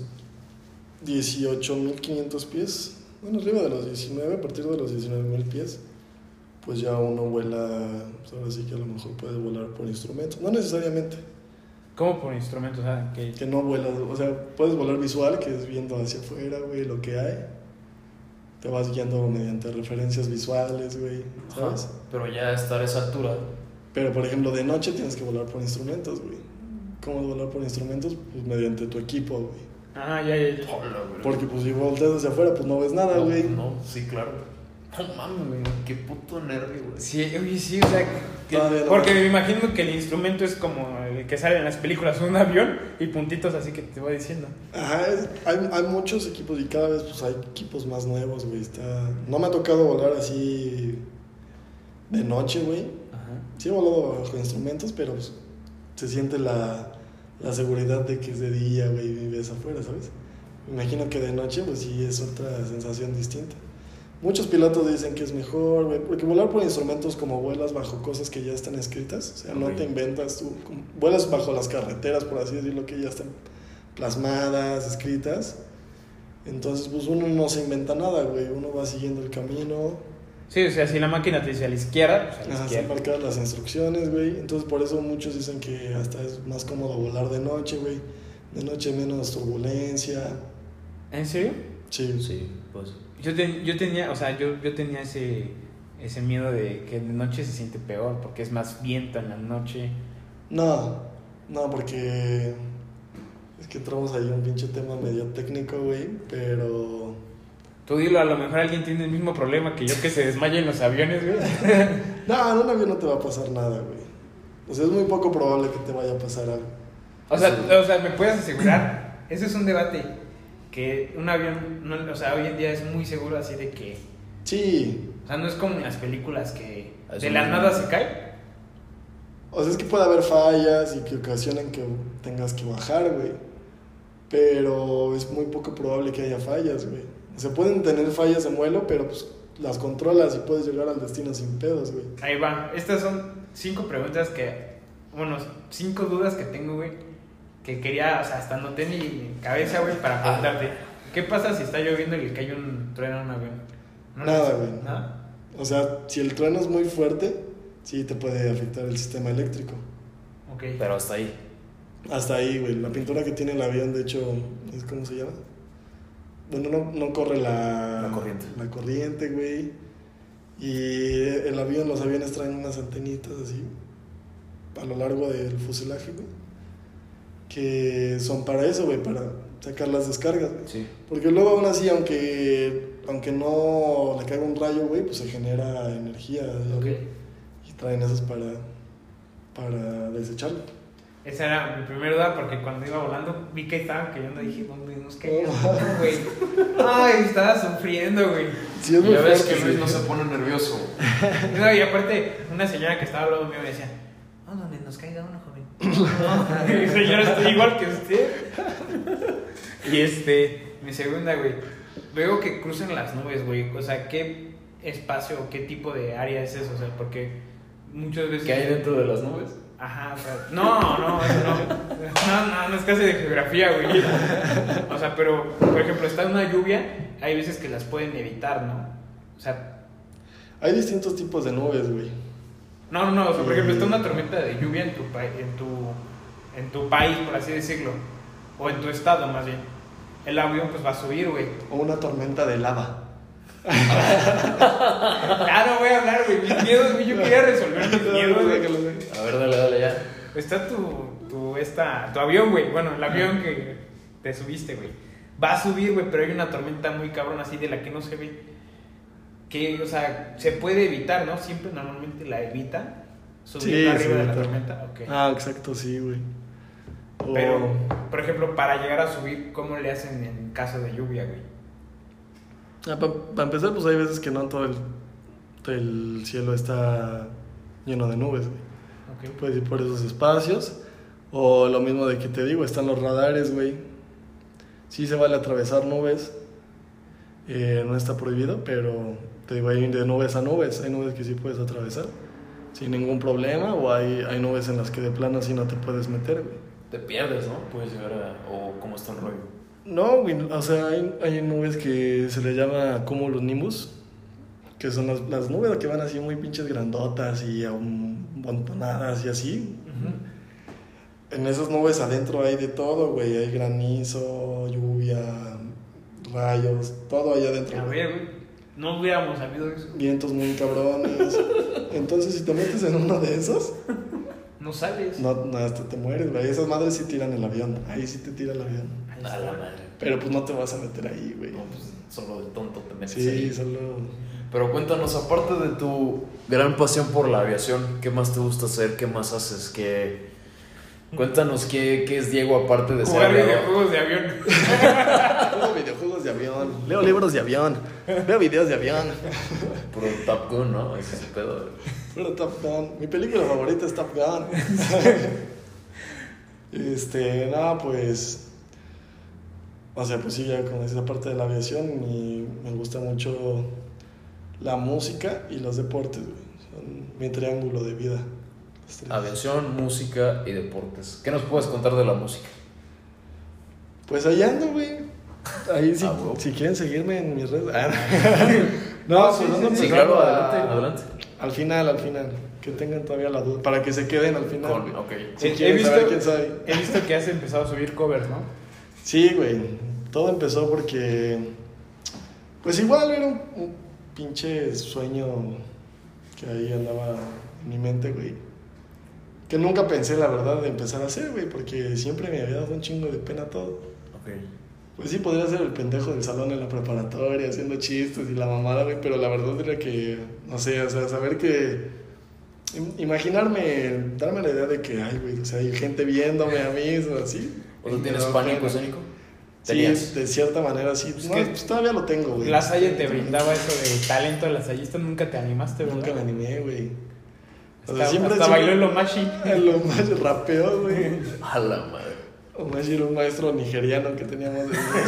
dieciocho mil quinientos pies, bueno, arriba de los diecinueve, a partir de los diecinueve mil pies, pues ya uno vuela, pues ahora sí que a lo mejor puede volar por instrumentos, no necesariamente, ¿Cómo por instrumentos? O sea, que... que no vuelas, o sea, puedes volar visual, que es viendo hacia afuera, güey, lo que hay, te vas guiando mediante referencias visuales, güey, ¿sabes? Ajá, pero ya estar a esa altura. Pero, por ejemplo, de noche tienes que volar por instrumentos, güey. ¿Cómo volar por instrumentos? Pues mediante tu equipo, güey. Ah, ya, ya, ya. Hola, güey. Porque pues si volteas hacia afuera, pues no ves nada, No, güey. no, sí, claro. No mames, güey. Qué puto nervio, güey. Sí, oye, sí, o sea, que- Todavía no. porque me imagino que el instrumento es como el que sale en las películas, un avión y puntitos así que te voy diciendo. Ajá, es- hay, hay muchos equipos y cada vez pues hay equipos más nuevos, güey. Está... No me ha tocado volar así de noche, güey. Ajá. Sí he volado bajo instrumentos, pero pues, se siente la, la seguridad de que es de día, güey, y ves afuera, ¿sabes? Me imagino que de noche, pues sí es otra sensación distinta. Muchos pilotos dicen que es mejor, güey, porque volar por instrumentos como vuelas bajo cosas que ya están escritas, o sea, no Ok. te inventas tú, como- vuelas bajo las carreteras, por así decirlo, que ya están plasmadas, escritas. Entonces, pues uno no se inventa nada, güey, uno va siguiendo el camino, Sí, o sea, si la máquina te dice a la izquierda, pues a la ajá, están izquierda. marcadas las instrucciones, güey. Entonces, por eso muchos dicen que hasta es más cómodo volar de noche, güey. De noche menos turbulencia. ¿En serio? Sí, Sí, pues. Yo, ten- yo tenía, o sea, yo, yo tenía ese, ese miedo de que de noche se siente peor, porque es más viento en la noche. No, no, porque es que entramos ahí en un pinche tema medio técnico, güey, pero... Tú dilo, a lo mejor alguien tiene el mismo problema que yo, que se desmaya en los aviones, güey. No, en un avión no te va a pasar nada, güey. O sea, es muy poco probable que te vaya a pasar algo. O sea, o sea, ¿me puedes asegurar? Ese es un debate, que un avión, no, o sea, hoy en día es muy seguro así de que... Sí, O sea, no es como en las películas que Eso de la mismo. nada se cae. o sea, es que puede haber fallas y que ocasionen que tengas que bajar, güey. Pero es muy poco probable que haya fallas, güey. Se pueden tener fallas en vuelo, pero pues las controlas y puedes llegar al destino sin pedos, güey. Ahí va. Estas son cinco preguntas que... Bueno, cinco dudas que tengo, güey. Que quería, o sea, hasta no tenía ni cabeza, güey, para preguntarte. ¿Qué pasa si está lloviendo y le cae un trueno a un avión? ¿No Nada, lo- güey. ¿Nada? O sea, si el trueno es muy fuerte, sí te puede afectar el sistema eléctrico. Ok. Pero hasta ahí. Hasta ahí, güey. La pintura que tiene el avión, de hecho, ¿es cómo se llama? Bueno, no, no corre la... La corriente. La corriente, güey. Y el avión, los aviones traen unas antenitas así a lo largo del fuselaje, güey, que son para eso, güey, para sacar las descargas, güey. Sí. Porque luego aún así, aunque, aunque no le caiga un rayo, güey, pues se genera energía, ¿ya? Ok. Y traen esas para, para desecharlo. Esa era mi primera duda porque cuando iba volando vi que estaban cayendo y dije, ¿dónde nos caía? Oh. güey? Ay, estaba sufriendo, güey. Sí, es muy Ya ves fuerte, que Luis sí. no se pone nervioso. No, y aparte, una señora que estaba al lado mío me decía, no, donde nos caiga uno, joven. Y señora, estoy igual que usted. Y este, mi segunda, güey. Veo que cruzan las nubes, güey. O sea, ¿qué espacio o qué tipo de área es eso? O sea, porque muchas veces... ¿Qué hay dentro de las nubes? Ajá, o sea, no, no, eso no. No, no, no es clase de geografía, güey. O sea, pero, por ejemplo, está una lluvia, hay veces que las pueden evitar, ¿no? O sea, Hay distintos tipos de nubes, güey. no, no, no, o sea, por ejemplo, está una tormenta de lluvia en tu, pa- en tu, en tu país, por así decirlo, o en tu estado, más bien. El avión, pues, va a subir, güey. O una tormenta de lava. Ah, no voy a hablar, güey, mis miedos, güey, yo quería resolver mis miedos, güey. A ver, dale, dale ya. Está tu, tu, esta, tu avión, güey. Bueno, el avión que te subiste, güey. Va a subir, güey, pero hay una tormenta muy cabrón así de la que no se ve. Que, o sea, se puede evitar, ¿no? Siempre normalmente la evita subiendo Sí, arriba se de la evita. tormenta. Ok. Ah, exacto, sí, güey. O- Pero, por ejemplo, para llegar a subir, ¿cómo le hacen en caso de lluvia, güey? Ah, para empezar, pues hay veces que no todo el, el cielo está lleno de nubes, güey. Ok. Puedes ir por esos espacios. O lo mismo de que te digo, están los radares, güey. Sí se vale atravesar nubes. Eh, no está prohibido, pero te digo, hay de nubes a nubes. Hay nubes que sí puedes atravesar sin ningún problema. O hay, hay nubes en las que de plano sí no te puedes meter, güey. Te pierdes, ¿no? Puedes llegar a... O cómo está el rollo. No, güey, o sea, hay, hay nubes que se le llama cumulonimbus, que son las, las nubes que van así muy pinches grandotas y amontonadas y así. Ujú. En esas nubes adentro hay de todo, güey, hay granizo, lluvia, rayos, todo ahí adentro. A güey. ver, güey. No hubiéramos sabido eso. Vientos muy cabrones. Entonces, si te metes en uno de esos, No sales. no, no, hasta te mueres, güey. Esas madres sí tiran el avión, ahí sí te tira el avión. Ahí A está. la madre. Pero pues no te vas a meter ahí, güey. No, pues solo de tonto te metes Sí, ahí. solo... Pero cuéntanos, aparte de tu gran pasión por la aviación, ¿qué más te gusta hacer? ¿Qué más haces? ¿Qué... Cuéntanos qué, qué es Diego aparte de ser Jugar aviador. videojuegos de avión. Juego videojuegos de avión, leo libros de avión, veo videos de avión. Puro Top Gun, ¿no? Ese es el pedo. Pero Top Gun, mi película favorita es Top Gun. Este, nada, pues. O sea, pues sí, ya con esa parte de la aviación y me gusta mucho la música y los deportes, güey. Son mi triángulo de vida. los tres. Aviación, música y deportes. ¿Qué nos puedes contar de la música? Pues ahí ando, güey. Ahí sí, Ah, huevo. si quieren seguirme en mis redes. Ah, no, Sí, pues sí, ando sí, Sí, empezando claro, a- adelante, adelante. Al final, al final. Que tengan todavía la duda. Para que se queden al final. Con, güey. ok. Si He- he quieren visto- saber quién soy. He visto que has empezado a subir covers, ¿no? Sí, güey. Todo empezó porque. Pues igual era un, un pinche sueño que ahí andaba en mi mente, güey. Que nunca pensé, la verdad, de empezar a hacer, güey. Porque siempre me había dado un chingo de pena todo. Ok. Pues sí, podría ser el pendejo del salón en la preparatoria, haciendo chistes y la mamada, güey, pero la verdad era que, no sé, o sea, saber que, im- imaginarme, darme la idea de que, ay, güey, o sea, hay gente viéndome a mí, o así. ¿O tú Me tienes daba pánico pena. escénico? Sí, ¿Tenías? de cierta manera, sí. Es No, que pues todavía lo tengo, güey. La Salle te brindaba eso de talento lasallista, nunca te animaste, ¿verdad? Nunca me animé, güey. O Hasta, sea, siempre, hasta siempre- bailó en lo machi. En lo más rapeo, güey. A la madre. Omashi era un maestro nigeriano que teníamos de inglés.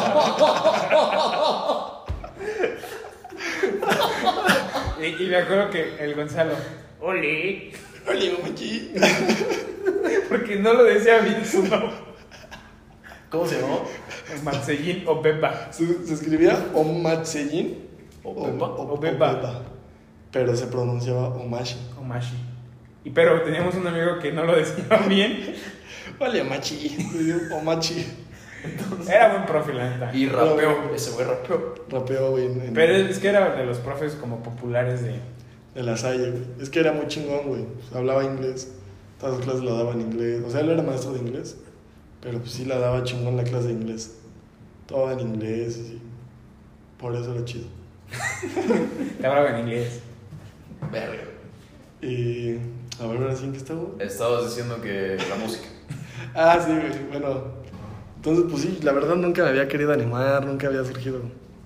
y, y me acuerdo que el Gonzalo, ¡ole! ¡Ole, Omashi! Porque no lo decía bien su nombre. ¿Cómo se llamó? Matsellín o Pepa. Se, se escribía Omatsellin ¿O Pepa? O Pepa. Pero se pronunciaba Omashi. Omashi. Y pero teníamos un amigo que no lo decía bien. Vale, Omachi. Omachi. Era buen profe, la neta. Y rapeó, ese güey rapeó. Rapeó, güey. en- en- Pero es que era de los profes como populares de... De la Salle, güey. Es que era muy chingón, güey. Hablaba inglés. Todas las clases la daba en inglés. O sea, él era maestro de inglés. Pero pues sí la daba chingón la clase de inglés. Todo en inglés, y por eso era chido. Te hablaba en inglés. Verga. Y a ver, ahora sí, ¿en qué estaba? Estabas diciendo que la música. Ah, sí, güey. Bueno, entonces, pues sí, la verdad nunca me había querido animar, nunca había surgido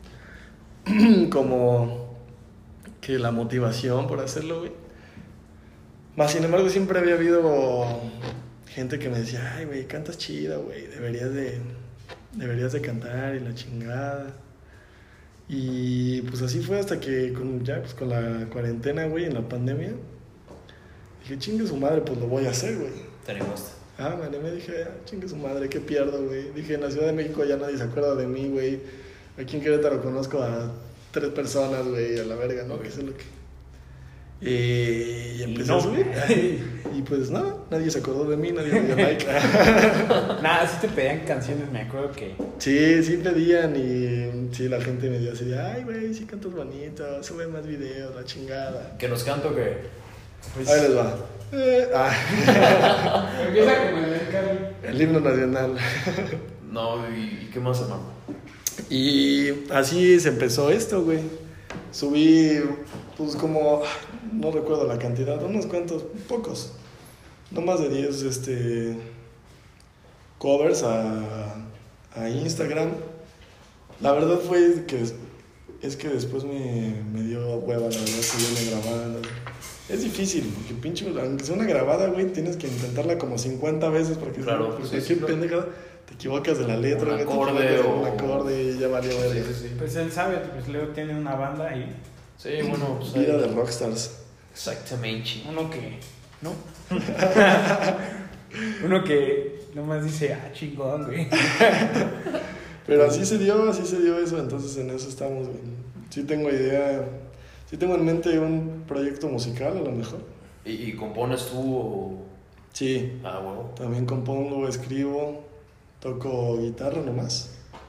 como que la motivación por hacerlo, güey. Más sin embargo, siempre había habido gente que me decía, ay, güey, cantas chido, güey, deberías de, deberías de cantar y la chingada. Y pues así fue hasta que con, ya pues con la cuarentena, güey, en la pandemia, dije, chingue su madre, pues lo voy a hacer, güey. Te animaste. Ah, me animé, dije, ah, chingue su madre, ¿qué pierdo, güey? Dije, en la Ciudad de México ya nadie se acuerda de mí, güey. Aquí en Querétaro conozco a tres personas, güey, a la verga, ¿no? Ok. Que es lo que... Eh, y empecé no. a subir. Y pues nada, nadie se acordó de mí, nadie me dio like. Nada, sí te pedían canciones, me acuerdo que... Sí, sí pedían y sí, la gente me dio así de, ay, güey, sí cantas bonito, sube más videos, la chingada. ¿Que nos canto que Pues, Ahí les va. Eh, ah, empieza como el Carly. el himno nacional. No, ¿y, y qué más, hermano? Y así se empezó esto, güey. Subí, pues como, no recuerdo la cantidad, unos cuantos, pocos. No más de diez este, covers a, a Instagram. La verdad fue que es que después me, me dio hueva, la verdad, seguirme grabando. Es difícil, porque pinche, aunque sea una grabada, güey, tienes que intentarla como cincuenta veces porque Claro, por sí, cualquier sí, claro. pendejada te equivocas de la letra, Un güey, te acorde equivocas de o- un acorde y ya valió verga. Sí, sí, sí. Pues él sabe, pues Leo tiene una banda y Sí, bueno, pues Vida ahí- de rockstars. Exactamente. uno que... ¿No? uno que nomás dice, ah, chingón, güey. Pero así se dio, así se dio eso, entonces en eso estamos, güey. Sí tengo idea, sí tengo en mente un proyecto musical a lo mejor. ¿Y, y compones tú o...? Sí, Ah, huevo. también compongo, escribo, toco guitarra nomás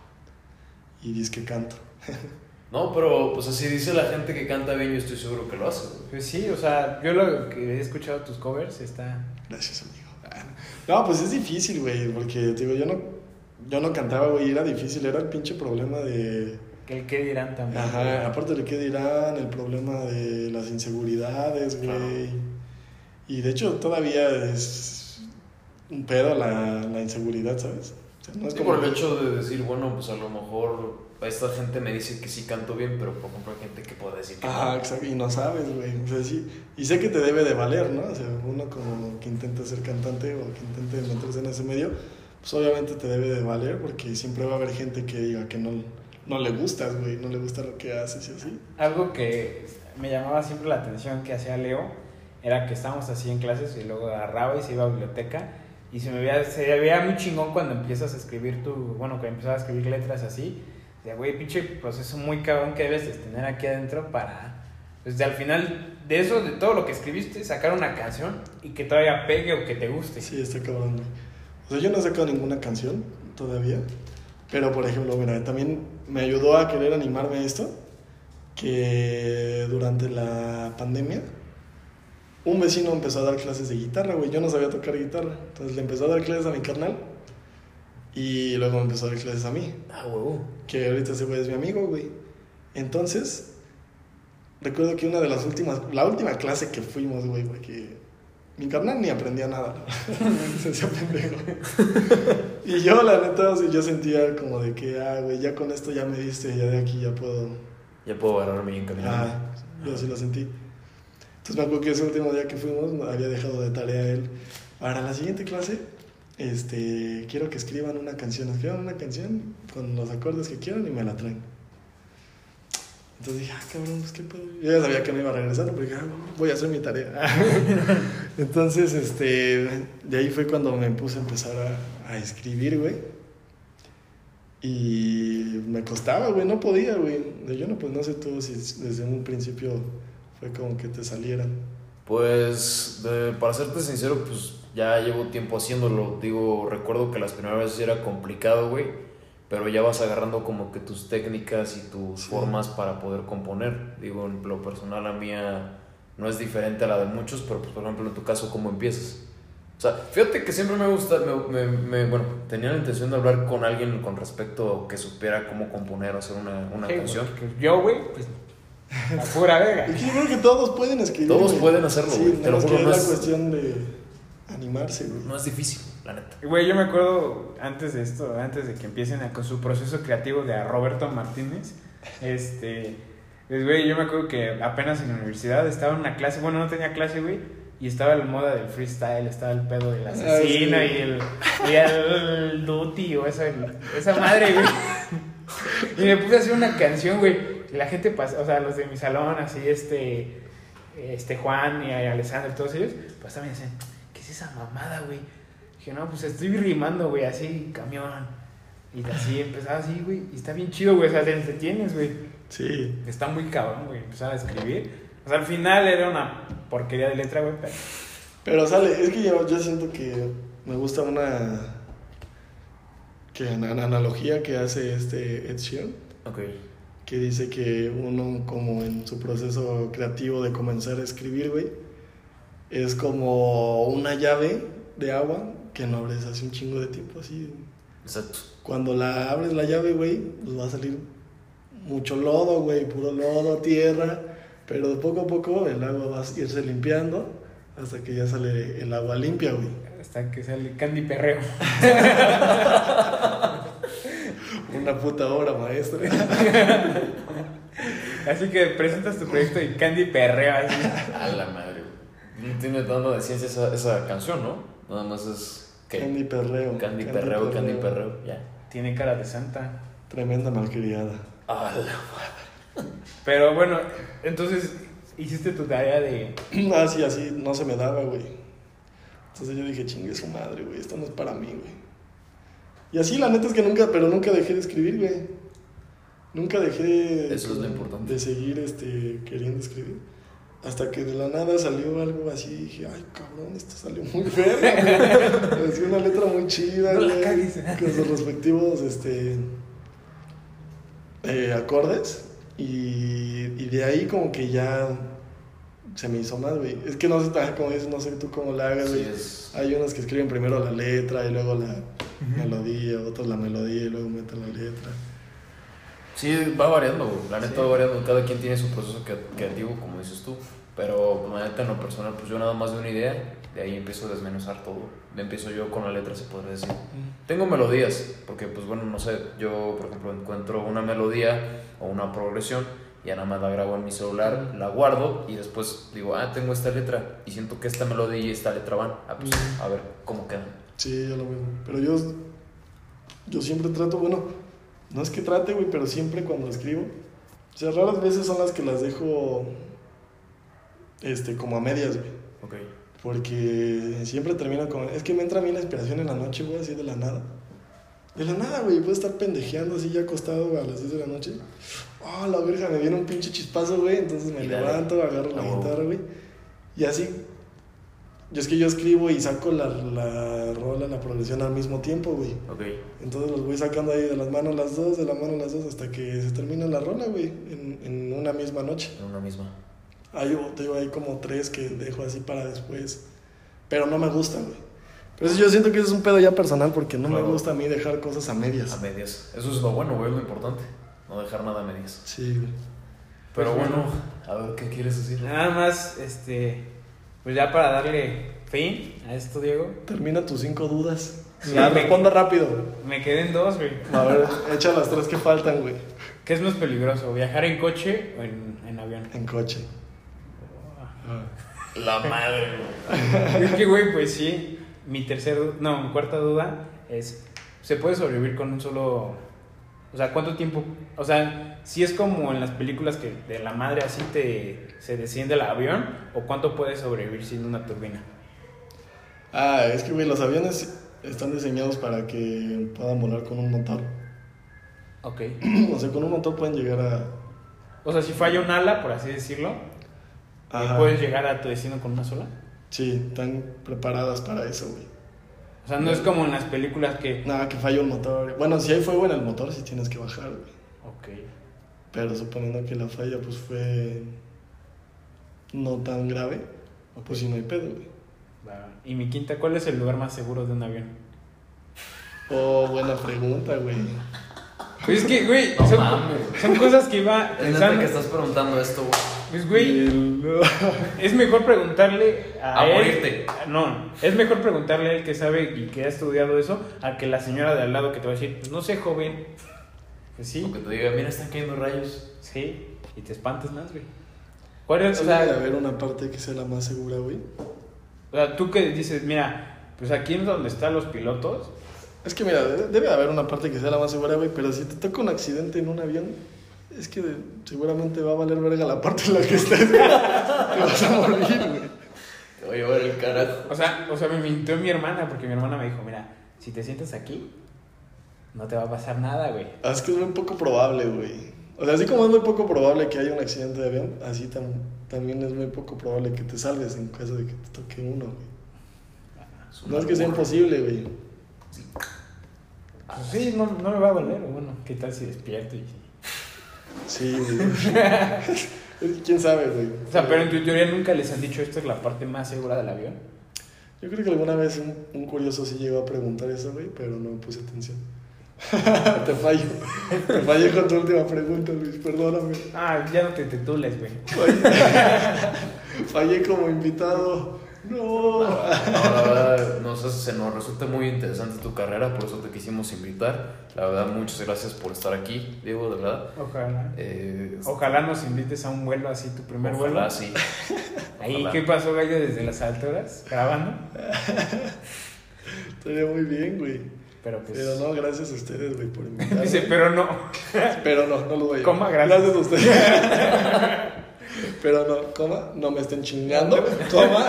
y disque canto. No, pero pues así dice la gente que canta bien, yo estoy seguro que lo hace, güey. Pues sí, o sea, yo lo que he escuchado tus covers está... Gracias, amigo. Ah, no, pues es difícil, güey, porque te digo, yo no, yo no cantaba, güey, era difícil, era el pinche problema de... Que el que dirán también. Ajá, aparte de qué dirán, el problema de las inseguridades, güey. Claro. Y de hecho todavía es un pedo la, la inseguridad, ¿sabes? O sea, no es Sí, como por el que- hecho de decir, bueno, pues a lo mejor esta gente me dice que sí canto bien, pero por ejemplo hay gente que puede decir que Ajá, no. exacto, y no sabes, güey. O sea, sí, y sé que te debe de valer, ¿no? O sea, uno como que intenta ser cantante o que intente meterse en ese medio, pues obviamente te debe de valer porque siempre va a haber gente que diga que no, no le gustas, güey, no le gusta lo que haces y así. Algo que me llamaba siempre la atención que hacía Leo era que estábamos así en clases y luego agarraba y se iba a biblioteca y se me veía, se veía muy chingón cuando empiezas a escribir tu, bueno, cuando empezabas a escribir letras así, de güey, pinche proceso muy cabrón que debes de tener aquí adentro para, pues de al final de eso, de todo lo que escribiste, sacar una canción y que todavía pegue o que te guste. Sí, está cabrón, güey. O sea, yo no he sacado ninguna canción todavía, pero por ejemplo, mira, también me ayudó a querer animarme a esto, que durante la pandemia un vecino empezó a dar clases de guitarra, güey. Yo no sabía tocar guitarra. Entonces le empezó a dar clases a mi carnal. Y luego me empezó a dar clases a mí. Ah, huevo. Que ahorita ese güey es mi amigo, güey. Entonces, recuerdo que una de las últimas... La última clase que fuimos, güey, porque... Mi carnal ni aprendía nada, ¿no? Se hacía pendejo. Y yo, la neta, o sea, yo sentía como de que, ah, güey, ya con esto ya me diste, ya de aquí ya puedo... Ya puedo agarrarme bien caminando. Ah, yo sí lo sentí. Entonces me acuerdo que ese último día que fuimos había dejado de tarea él. Para la siguiente clase este, quiero que escriban una canción, escriban una canción con los acordes que quieran y me la traen. Entonces dije, ah, cabrón, pues qué pedo. Yo ya sabía que me iba a regresar, pero dije, ah, voy a hacer mi tarea. Entonces, este, de ahí fue cuando me puse a empezar a, a escribir, güey. Y me costaba, güey, no podía, güey. Yo no, pues no sé tú si desde un principio fue como que te salieran. Pues, de, para serte sincero, pues ya llevo tiempo haciéndolo. Digo, recuerdo que las primeras veces era complicado, güey, pero ya vas agarrando como que tus técnicas y tus sí. formas para poder componer. Digo, en lo personal, la mía no es diferente a la de muchos, pero pues, por ejemplo, en tu caso, ¿cómo empiezas? O sea, fíjate que siempre me gusta, me, me, me, bueno, tenía la intención de hablar con alguien con respecto a que supiera cómo componer o hacer una, una sí, canción. Yo, güey, pues, la pura verga. Y yo creo que todos pueden escribir. Todos güey. pueden hacerlo, güey. Sí, te lo juro, es no la es cuestión de animarse, güey. No es difícil, la neta. Güey, yo me acuerdo antes de esto, antes de que empiecen a, con su proceso creativo de a Roberto Martínez, este, pues, güey, yo me acuerdo que apenas en la universidad estaba en una clase, bueno, no tenía clase, güey. Y estaba la moda del freestyle, estaba el pedo del asesino ah, sí. y el, y el duty o esa, esa madre, güey. Y me puse a hacer una canción, güey. Y la gente pasa, o sea, los de mi salón, así, este, este Juan y Alessandro, todos ellos, pues también decían, ¿qué es esa mamada, güey? Dije, no, pues estoy rimando, güey, así, camión. Y así empezaba así, güey. Y está bien chido, güey, o sea, te entretienes, güey. Sí. Está muy cabrón, güey, empezaba a escribir. O sea, al final era una porquería de letra, güey, pero... Pero sale, es que yo, yo siento que me gusta una... que una analogía que hace este Ed Sheeran. Ok. Que dice que uno como en su proceso creativo de comenzar a escribir, güey, es como una llave de agua que no abres hace un chingo de tiempo, así. Exacto. Cuando la abres la llave, güey, pues va a salir mucho lodo, güey, puro lodo, tierra... Pero de poco a poco el agua va a irse limpiando hasta que ya sale el agua limpia, güey. Hasta que sale Candy Perreo. Una puta obra maestra. Así que presentas tu proyecto y Candy Perreo. Así. A la madre. No tiene dando de ciencia esa, esa canción, ¿no? Nada más es... ¿qué? Candy Perreo. Candy, Candy Perreo, Perreo, Candy Perreo, ya. Tiene cara de santa. Tremenda malcriada. A la madre. Pero bueno, entonces hiciste tu tarea de... Ah, sí, así no se me daba, güey. Entonces yo dije, chingue su madre, güey, esto no es para mí, güey. Y así, la neta es que nunca, pero nunca dejé de escribir, güey. Nunca dejé de, Eso es lo importante. de seguir este, queriendo escribir. Hasta que de la nada salió algo así y dije, ay, cabrón, esto salió muy feo. Es una letra muy chida, no güey. La cagues. Con sus respectivos este, eh, acordes. Y, y de ahí como que ya se me hizo más, güey. Es que no sé, como dices, no sé tú cómo la hagas, güey. Sí, hay unos que escriben primero la letra y luego la uh-huh. melodía, otros la melodía y luego meten la letra. Sí, va variando, güey. La neta sí. va variando. Cada quien tiene su proceso creativo, como dices tú. Pero la neta, en lo personal, pues yo nada más de una idea, de ahí empiezo a desmenuzar todo. Empiezo yo con la letra, se podría decir. Mm. Tengo melodías, porque pues bueno, no sé, yo por ejemplo encuentro una melodía o una progresión, ya nada más la grabo en mi celular, mm. la guardo y después digo, ah, tengo esta letra y siento que esta melodía y esta letra van. Ah, pues mm. a ver cómo quedan. Sí, yo lo mismo. Pero yo, yo siempre trato, bueno, no es que trate, güey, pero siempre cuando escribo, o sea, raras veces son las que las dejo este, como a medias, güey. Ok. Porque siempre termino con... Es que me entra a mí la inspiración en la noche, güey, así de la nada. De la nada, güey, puedo estar pendejeando así ya acostado, güey, a las diez de la noche. Oh, la verga, me viene un pinche chispazo, güey. Entonces me levanto, agarro la oh. guitarra, güey. Y así... Yo es que yo escribo y saco la, la rola, la progresión al mismo tiempo, güey. Ok. Entonces los voy sacando ahí de las manos las dos, de la mano las dos, hasta que se termina la rola, güey, en, en una misma noche. En una misma. Hay, hay como tres que dejo así para después, pero no me gustan, güey. Pero eso yo siento que eso es un pedo ya personal, porque no claro. me gusta a mí dejar cosas a medias. A medias. Eso es lo bueno, güey, es lo importante. No dejar nada a medias. Sí, güey. Pero pues bueno, a ver, ¿qué quieres decir? Nada más, este... Pues ya para darle fin a esto, Diego. Termina tus cinco dudas. Sí, ya, responda rápido. Me quedé en dos, güey. A ver, echa las tres que faltan, güey. ¿Qué es más peligroso, viajar en coche o en, en avión? En coche. Oh. La madre, güey. Es que, güey, pues sí. mi tercer, no, mi cuarta duda es, ¿se puede sobrevivir con un solo, o sea, cuánto tiempo, o sea, si es como en las películas que de la madre así te, se desciende el avión, o cuánto puedes sobrevivir sin una turbina? Ah, es que, güey, los aviones están diseñados para que puedan volar con un motor. Ok. O sea, con un motor pueden llegar a... O sea, si falla un ala, por así decirlo, Ajá. ¿puedes llegar a tu destino con una sola? Sí, están preparadas para eso, güey. O sea, no es como en las películas que... Nada, que falla un motor. Bueno, si hay fuego en el motor, sí tienes que bajar, güey. Ok. Pero suponiendo que la falla, pues, fue no tan grave, Ok. pues sí no hay pedo, güey. Va. Y mi quinta, ¿cuál es el lugar más seguro de un avión? Oh, buena pregunta, güey. Pues es que, güey, No son, mames. son cosas que iba Es neta pensando. que estás preguntando esto, güey. Pues, güey, El- es mejor preguntarle a, A él. morirte. No, es mejor preguntarle a él que sabe y que ha estudiado eso, a que la señora de al lado que te va a decir, pues no sé, joven. Pues sí, O que te diga, mira, están cayendo rayos. sí, y te espantas más, güey. ¿Cuál es, Sí o sea, debe de haber una parte que sea la más segura, güey. o sea, tú que dices, mira, pues aquí es donde están los pilotos. Es que mira, debe, debe de haber una parte que sea la más segura, güey, pero si te toca un accidente en un avión, es que de- seguramente va a valer verga la parte en la que estés, güey. Te vas a morir, güey. Te voy a llevar el carajo. O sea, o sea, me mintió mi hermana, porque mi hermana me dijo, mira, si te sientas aquí, no te va a pasar nada, güey. Ah, es que es muy poco probable, güey. O sea, así como es muy poco probable que haya un accidente de avión, así tam- también es muy poco probable que te salves en caso de que te toque uno, güey. No es que sea imposible, güey. Pues sí, no, no me va a valer, o bueno, ¿qué tal si despierto? Y... Sí, güey. ¿Quién sabe, güey? O sea, pero en tu teoría nunca les han dicho esta es la parte más segura del avión. Yo creo que alguna vez un, un curioso sí llegó a preguntar eso, güey, pero no puse atención. Te fallo. Te fallé con tu última pregunta, Luis, perdóname. Ah, ya no te titules, güey. Fallé como invitado. No. No, la verdad, nos, se nos resulta muy interesante tu carrera, por eso te quisimos invitar. La verdad, muchas gracias por estar aquí, Diego, de verdad. Ojalá. Eh, Ojalá nos invites a un vuelo así, tu primer vuelo. ojalá, sí. Ahí, Ojalá. ¿qué pasó, gallo, desde las alturas? Grabando. Estaría muy bien, güey. Pero pues. Pero no, gracias a ustedes, güey, por invitarme. Dice, pero no. Pero no, no lo voy a Coma, gracias. Gracias a ustedes. Pero no, coma, no me estén chingando. Coma.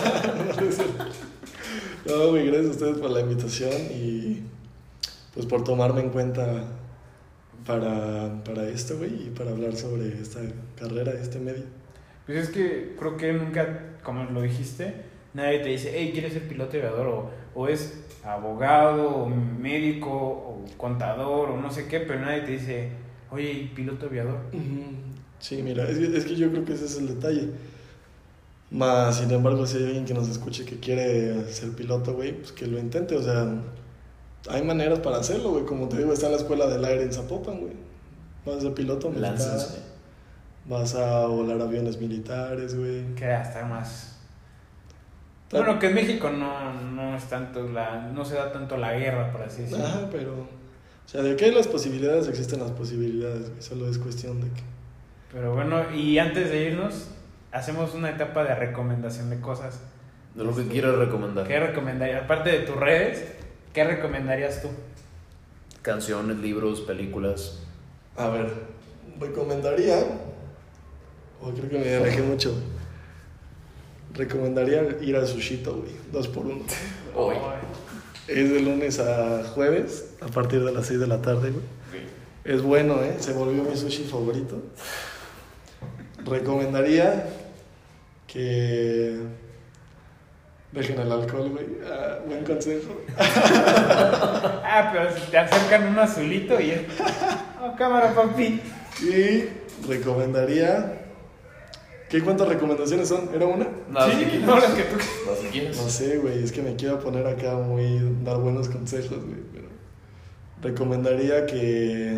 No, güey, gracias a ustedes por la invitación y pues por tomarme en cuenta para, para esto, güey, y para hablar sobre esta carrera, este medio. Pues es que creo que nunca, como lo dijiste, nadie te dice, hey, ¿quieres ser piloto aviador? O, o es abogado, o médico, o contador, o no sé qué, pero nadie te dice, oye, piloto aviador. Sí, mira, es que, es que yo creo que ese es el detalle. Más, sin embargo, si hay alguien que nos escuche que quiere ser piloto, güey, pues que lo intente, o sea, hay maneras para hacerlo, güey, como te digo, está la escuela del aire en Zapopan, güey. Vas a ser piloto militar, Láncense. vas a volar aviones militares, güey. Que hasta más. Bueno, que en México no, no es tanto la, no se da tanto la guerra, por así decirlo. Ajá, pero, o sea, de que hay las posibilidades, existen las posibilidades, güey, solo es cuestión de que... Pero bueno, y antes de irnos, hacemos una etapa de recomendación de cosas. De lo que quieras recomendar. ¿Qué recomendarías? Aparte de tus redes, ¿qué recomendarías tú? Canciones, libros, películas. A ver, recomendaría, o creo que me alejé mucho, recomendaría ir al Sushito, güey, dos por uno. Hoy. Es de lunes a jueves, a partir de las seis de la tarde, güey. Es bueno, ¿eh? Se volvió mi sushi favorito. Recomendaría que dejen el alcohol, güey. Ah, buen consejo. Ah, pero si te acercan un azulito y es... Oh, cámara, papi. Y recomendaría... ¿Qué cuántas recomendaciones son? ¿Era una? No, Sí, si quieres. no, las que tú... No, si quieres. No sé, güey, es que me quiero poner acá muy... dar buenos consejos, güey, pero... Recomendaría que...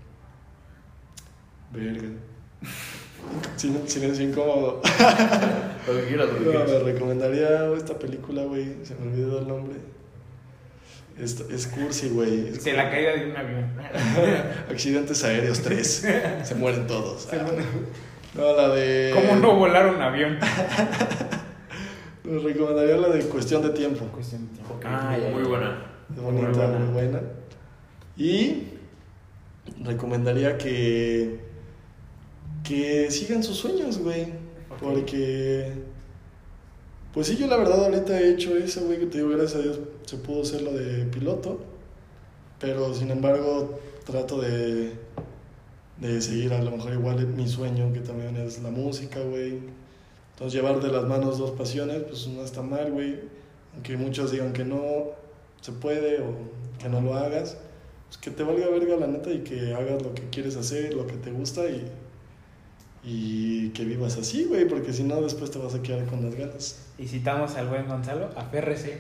Verga. Sin- Silencio incómodo. Lo que quieras, lo que No, quieras. me recomendaría esta película, güey, se me olvidó el nombre. Es, es cursi, güey. Es De la caída de un avión. Accidentes aéreos tres. Se mueren todos. No, la de... ¿Cómo no volar un avión? Les recomendaría la de Cuestión de Tiempo. Cuestión de tiempo. Ok, Ah, ya, muy ya. buena. Es bonita, Muy buena. muy buena. Y recomendaría que, que sigan sus sueños, güey. Ok. Porque, pues sí, yo la verdad ahorita he hecho eso, güey, que te digo, gracias a Dios se pudo hacer lo de piloto. Pero sin embargo, trato de, de seguir a lo mejor igual mi sueño, que también es la música, güey. Entonces, llevar de las manos dos pasiones, pues no está mal, güey. Aunque muchos digan que no se puede o que no lo hagas, pues que te valga verga la neta y que hagas lo que quieres hacer, lo que te gusta y, y que vivas así, güey, porque si no después te vas a quedar con las ganas. Y citamos al buen Gonzalo, aférrese.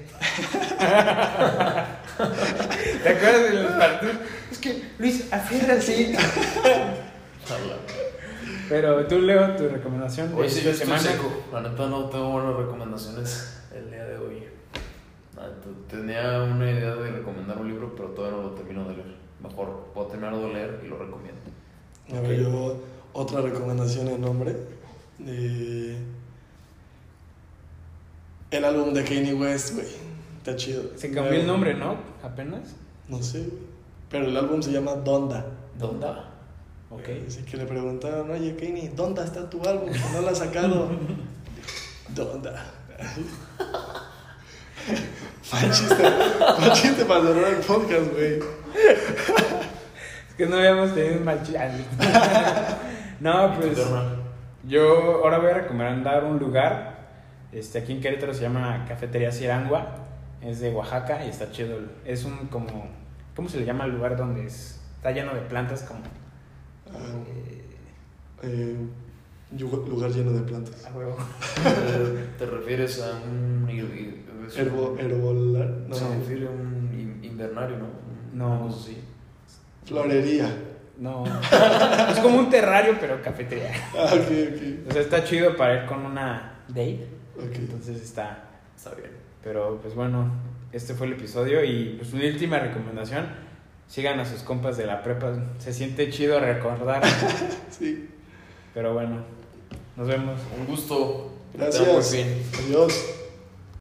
¿Te acuerdas de los partidos? Es que, Luis, aférrese. Pero tú, Leo, tu recomendación de Hoy sí, esta yo estoy semana. seco. La neta no tengo buenas recomendaciones el día de hoy. Nada, t- Tenía una idea de recomendar un libro, pero todavía no lo termino de leer. Mejor puedo terminarlo de leer y lo recomiendo. A ver, yo, otra recomendación en nombre de el álbum de Kanye West, güey. Está chido. Se cambió el nombre, ¿no? Apenas. No sé, güey. Pero el álbum se llama Donda. ¿Dónde? Ok. Así que le preguntaron, oye, Kanye, ¿dónde está tu álbum? Que no lo has sacado. Donda. Mal chiste, mal chiste para cerrar el podcast, güey. Es que no habíamos tenido un mal chiste. No, ¿Y tu pues. carnal? Yo ahora voy a recomendar un lugar. Este, aquí en Querétaro se llama Cafetería Cirangua. Es de Oaxaca y está chido. Es un como. ¿Cómo se le llama el lugar donde es? Está lleno de plantas como. Eh, Eh, yu- lugar lleno de plantas. a huevo. Eh, ¿Te refieres a un... ir- ir- es un- Herbo, herbolar, no, Se refiere a un in- invernario, ¿no? No. Una cosa así. florería. No. Es como un terrario, pero cafetería. Ah, ok, O sea, está chido para ir con una date. ok. Ok. Entonces está. Está bien. Pero pues bueno, este fue el episodio. Y pues una última recomendación: sigan a sus compas de la prepa. Se siente chido recordar. Sí. Pero bueno, nos vemos. Un gusto. Gracias. Te amo, por fin. Adiós.